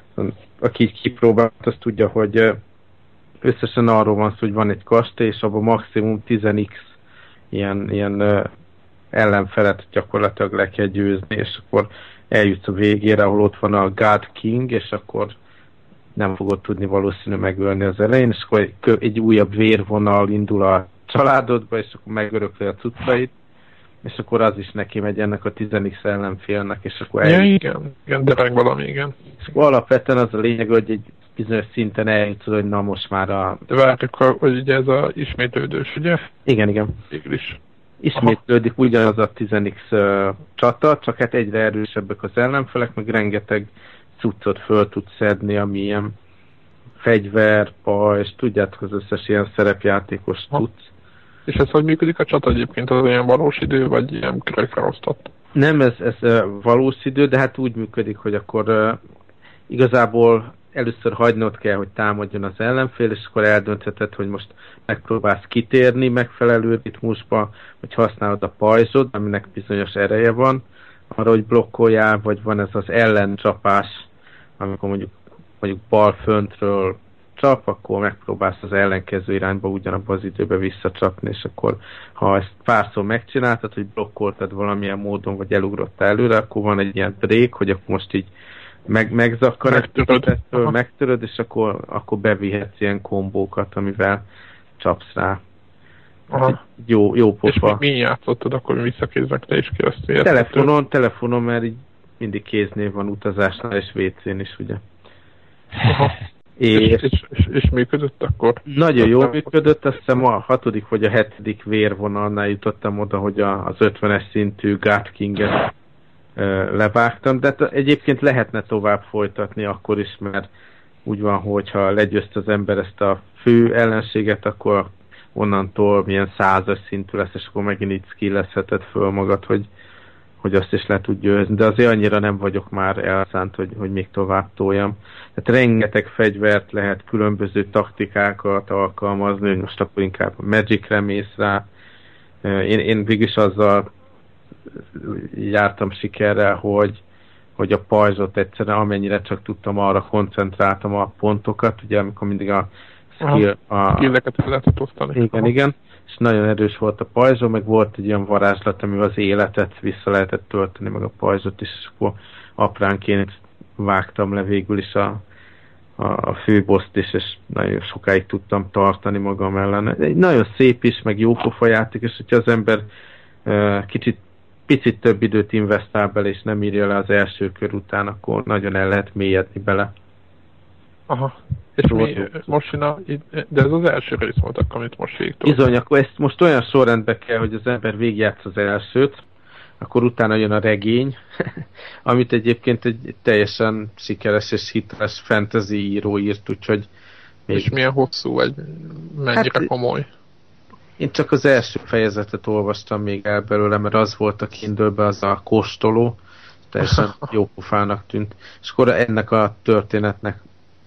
Aki így kipróbált, az tudja, hogy összesen arról van szó, hogy van egy kastély, és abban maximum tíz x ilyen, ilyen ellenfelet gyakorlatilag le kell győzni, és akkor eljutsz a végére, ahol ott van a God King, és akkor nem fogod tudni valószínű megölni az elején, és akkor egy, egy újabb vérvonal indul a családodba, és akkor megörökli a cuccait, és akkor az is neki megy ennek a tíz x ellenfélnek, és akkor eljut. Ja, igen, igen, de meg valami, igen. És akkor alapvetően az a lényeg, hogy egy bizonyos szinten eljutsz, hogy na most már a... De várjuk, hogy ugye ez a ismétlődős, ugye? Igen, igen. Végül is. Ismétlődik ugyanaz a tíz x uh, csata, csak hát egyre erősebbek az ellenfelek, meg rengeteg cuccot föl tudsz szedni, ami ilyen fegyver, pajzs, tudjátok, az összes ilyen szerepjátékos cucc. És ez hogy működik a csata egyébként? Az olyan valós idő, vagy ilyen körökre osztott? Nem, ez, ez uh, valós idő, de hát úgy működik, hogy akkor uh, igazából először hagynod kell, hogy támadjon az ellenfél, és akkor eldöntheted, hogy most megpróbálsz kitérni megfelelő ritmusba, vagy használod a pajzsod, aminek bizonyos ereje van, arra, hogy blokkoljál, vagy van ez az ellencsapás, amikor mondjuk, mondjuk bal föntről csap, akkor megpróbálsz az ellenkező irányba ugyanabban az időbe visszacsapni, és akkor ha ezt párszor megcsináltad, hogy blokkoltad valamilyen módon, vagy elugrottál előre, akkor van egy ilyen break, hogy akkor most így meg, megzakkar, megtöröd. megtöröd, és akkor, akkor bevihetsz ilyen kombókat, amivel csapsz rá. Jó, jó pofa. És mi, mi játszottad, akkor visszakéznek te is kérdeztél? Telefonon, telefonon, mert így mindig kéznév van utazásnál, és vé cén is, ugye. és, és, és, és működött akkor? Nagyon jól működött, azt hiszem a hatodik vagy a hetedik vérvonalnál jutottam oda, hogy a, az ötvenes szintű God King-et levágtam, de egyébként lehetne tovább folytatni akkor is, mert úgy van, hogyha legyőzt az ember ezt a fő ellenséget, akkor onnantól milyen százas szintű lesz, és akkor megint így skillezheted föl magad, hogy, hogy azt is le tud győzni. De azért annyira nem vagyok már elszánt, hogy, hogy még tovább toljam. Tehát rengeteg fegyvert lehet, különböző taktikákat alkalmazni, hogy most akkor inkább a Magicre mész rá. Én, én végülis azzal jártam sikerrel, hogy, hogy a pajzsot egyszerűen amennyire csak tudtam, arra koncentráltam a pontokat, ugye amikor mindig a skill... A skilleket lehetett osztani. Igen, Aha. igen. És nagyon erős volt a pajzsó, meg volt egy olyan varázslat, amivel az életet vissza lehetett tölteni, meg a pajzsot is, és akkor apránként vágtam le végül is a, a, a főboszt is, és nagyon sokáig tudtam tartani magam ellen. Egy nagyon szép is, meg jó pofa játék, és hogyha az ember uh, kicsit picit több időt investál bele, és nem írja le az első kör után, akkor nagyon el lehet mélyedni bele. Aha. És mi, most jön a, de ez az első rész volt akkor, amit most végtől. Bizony, akkor ezt most olyan sorrendbe kell, hogy az ember végigjátsz az elsőt, akkor utána jön a regény, amit egyébként egy teljesen sikeres és hiteles fantasy író írt, úgyhogy... Még... És milyen hosszú, vagy mennyire hát, komoly? Én csak az első fejezetet olvastam még el belőle, mert az volt a Kindle-ben az a kóstoló, teljesen jó pofának tűnt. És akkor ennek a történetnek,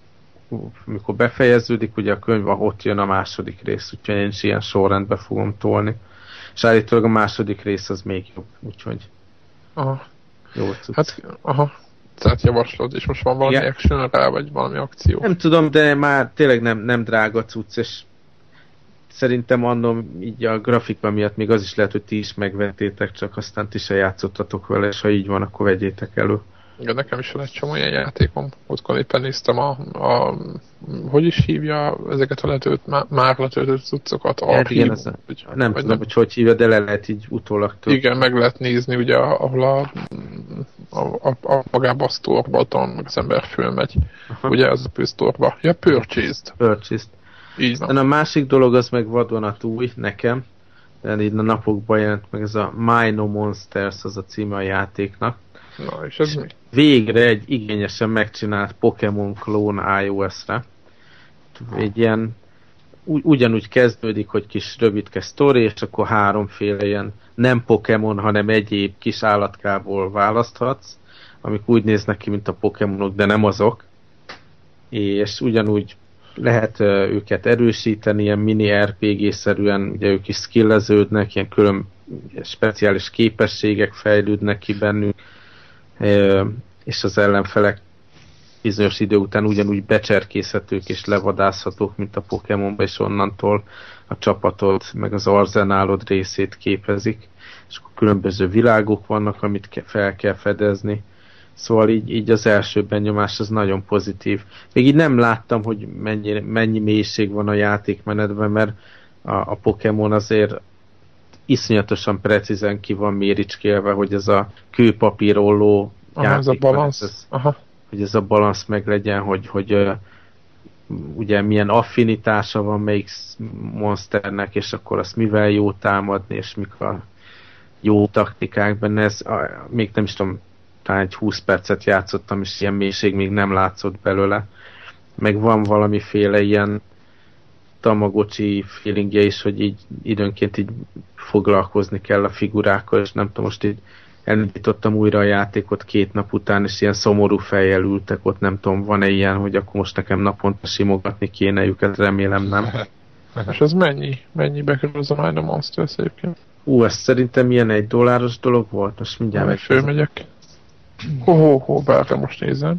mikor befejeződik, ugye a könyv, ott jön a második rész, úgyhogy én is ilyen sorrendbe fogom tolni. És állítólag a második rész az még jobb, úgyhogy aha. Jó cucc. Hát, aha. Tehát javaslod, és most van valami igen. action rá, vagy valami akció? Nem tudom, de már tényleg nem, nem drága cucc, és szerintem annom így a grafika miatt még az is lehet, hogy ti is megvettétek, csak aztán ti se játszottatok vele, és ha így van, akkor vegyétek elő. Igen, nekem is van egy csomó ilyen játékom. Ottkor éppen néztem a, a hogy is hívja ezeket a letőt, má, már letöltött cuccokat? Igen, ez a, vagy, nem vagy tudom, nem. hogy hogy hívja, de le lehet így utólag tört. Igen, meg lehet nézni, ugye, ahol a, a, a, a magába a sztorba, meg az ember fölmegy. Aha. Ugye, ez a pősztorba. Ja, purchased. Purchased. Így van. A másik dolog az meg vadonatúj nekem, de így a napokban jelent meg ez a My No Monsters, az a címe a játéknak. Na, és ez mi? Végre egy igényesen megcsinált Pokémon klón iOS-re. Egy ilyen, ugy, ugyanúgy kezdődik, hogy kis rövidke sztori, és akkor háromféle ilyen nem Pokémon, hanem egyéb kis állatkából választhatsz, amik úgy néznek ki, mint a Pokémonok, de nem azok. És ugyanúgy lehet uh, őket erősíteni, ilyen mini er pé gé-szerűen, ugye ők is skilleződnek, ilyen külön speciális képességek fejlődnek ki bennük, uh, és az ellenfelek bizonyos idő után ugyanúgy becserkészhetők és levadászhatók, mint a Pokémonban, és onnantól a csapatod, meg az arzenálod részét képezik, és akkor különböző világok vannak, amit ke- fel kell fedezni. Szóval így, így az első benyomás az nagyon pozitív. Még így nem láttam, hogy mennyi, mennyi mélység van a játékmenetben, mert a, a Pokémon azért iszonyatosan precízen ki van méricskélve, hogy ez a kőpapírolló játékmenet, ez a balansz. Ez, Aha. hogy ez a balansz meg legyen, hogy, hogy uh, ugye milyen affinitása van melyik monsternek, és akkor azt mivel jó támadni, és mik a jó taktikák benne. Ez, uh, még nem is tudom, talán egy húsz percet játszottam, és ilyen mélység még nem látszott belőle. Meg van valamiféle ilyen Tamagotchi feelingje is, hogy így időnként így foglalkozni kell a figurákkal, és nem tudom, most így elindítottam újra a játékot két nap után, és ilyen szomorú fejjel ültek ott, nem tudom, van-e ilyen, hogy akkor most nekem naponta simogatni kéne őket, remélem nem. És ez mennyi? Mennyibe kerül az a My No Monsters egyébként? Ú, ez szerintem ilyen egy dolláros dolog volt, most mindjárt meg... Fölmegyek. Hó, hó, hó, bárra most nézem.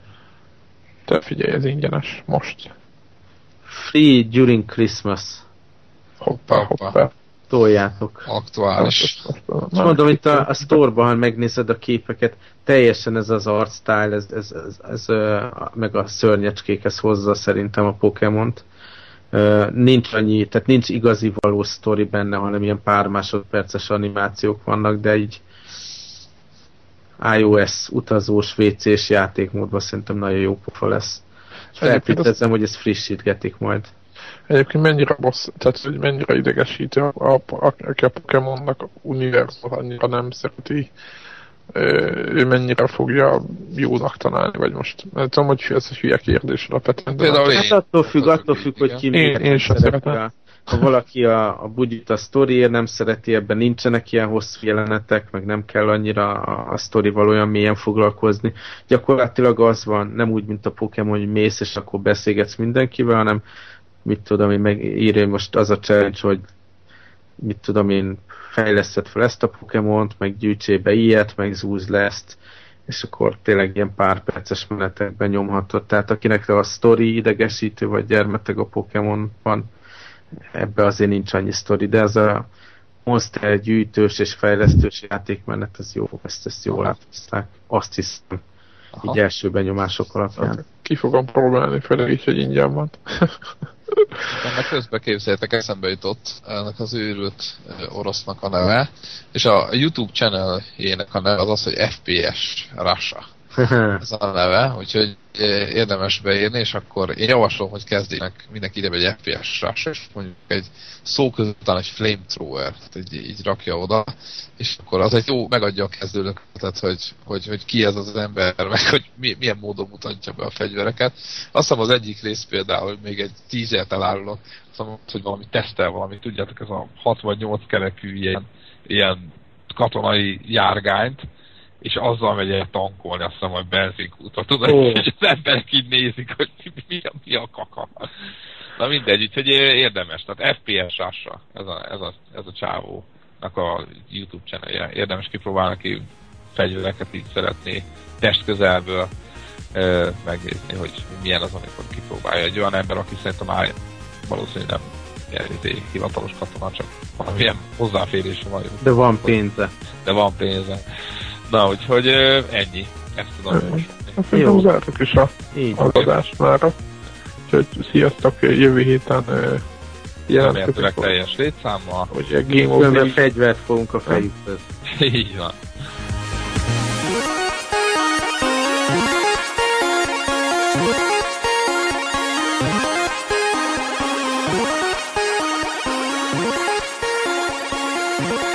Te figyelj, ez ingyenes, most. Free during Christmas. Hoppá, hoppá. Toljátok. Aktuális. Most mondom, itt a, a sztorban, ha megnézed a képeket, teljesen ez az art style, ez, ez, ez, ez, ez meg a szörnyecskékhez hozza szerintem a Pokémont. Nincs annyi, tehát nincs igazi valós sztori benne, hanem ilyen pár másodperces animációk vannak, de így iOS utazós vé cés játékmódban szerintem nagyon jó pofa lesz. Feltételezem, hogy ezt frissítgetik majd. Egyébként mennyire bossz, tehát hogy mennyire idegesítő, a, a, a, aki a Pokémonnak univerzumot annyira nem szereti, ő mennyire fogja jónak találni, vagy most, nem tudom, hogy ez egy hülye kérdés alapvetően. Hát attól függ, attól függ, hogy ki én, én sem szeretem. ha valaki a, a bugyit a sztoriért nem szereti, ebben nincsenek ilyen hosszú jelenetek, meg nem kell annyira a, a sztorival olyan mélyen foglalkozni. Gyakorlatilag az van, nem úgy, mint a Pokémon, hogy mész, és akkor beszélgetsz mindenkivel, hanem mit tudom én, megírja most az a challenge, hogy mit tudom én, fejleszted fel ezt a Pokémont, meg gyűjtsél be ilyet, meg zúzd le ezt, és akkor tényleg ilyen pár perces menetekben nyomhatod. Tehát akinek a sztori idegesítő, vagy gyermeteg a Pokémon van, ebbe azért nincs annyi sztori, de ez a monster gyűjtős és fejlesztős játékmenet, ez jó, ezt, ezt jól áthozták. Azt hiszem, aha, így első benyomások alapján. Ki fogom próbálni, főleg így, hogy ingyen van. Ennek közben képzeljétek, eszembe jutott ennek az őrült orosznak a neve, és a YouTube channel-jének a neve az az, hogy ef pé es Russia. Ez a neve, úgyhogy érdemes beírni, és akkor én javaslom, hogy kezdjenek mindenki ide egy ef pé es Russia, és mondjuk egy szó között után egy flamethrower, így, így rakja oda, és akkor az egy jó, megadja a kezdőlöketet, hogy, hogy, hogy ki ez az ember, meg hogy milyen módon mutatja be a fegyvereket. Azt hiszem az egyik rész például, hogy még egy tízért elárulok, azt hiszem, hogy valami tesztel valami, tudjátok, ez a hat vagy nyolc kerekű ilyen, ilyen katonai járgányt, és azzal megy el tankolni, azt hiszem, hogy benzinkútra, tudod, oh, és az emberek így nézik, hogy mi a, mi a kaka. Na mindegy, úgyhogy érdemes, tehát ef pé es Russia, ez a, ez a, ez a csávónak a YouTube channelje. Érdemes kipróbálni, aki fegyvereket így szeretné testközelből e, megnézni, hogy milyen az, amikor kipróbálja. Egy olyan ember, aki szerintem már valószínűleg nem ilyen hivatalos katona, csak valamilyen hozzáférés van. De van pénze. De van pénze. Na, úgyhogy ennyi. Ezt tudom most. Szerintem zártuk is a adást mára. Úgyhogy sziasztok, jövő héten jelentkezünk. Remélhetőleg teljes létszámmal. Ugye Game of the fegyvert fogunk a fejükből. Így van. We'll be right back.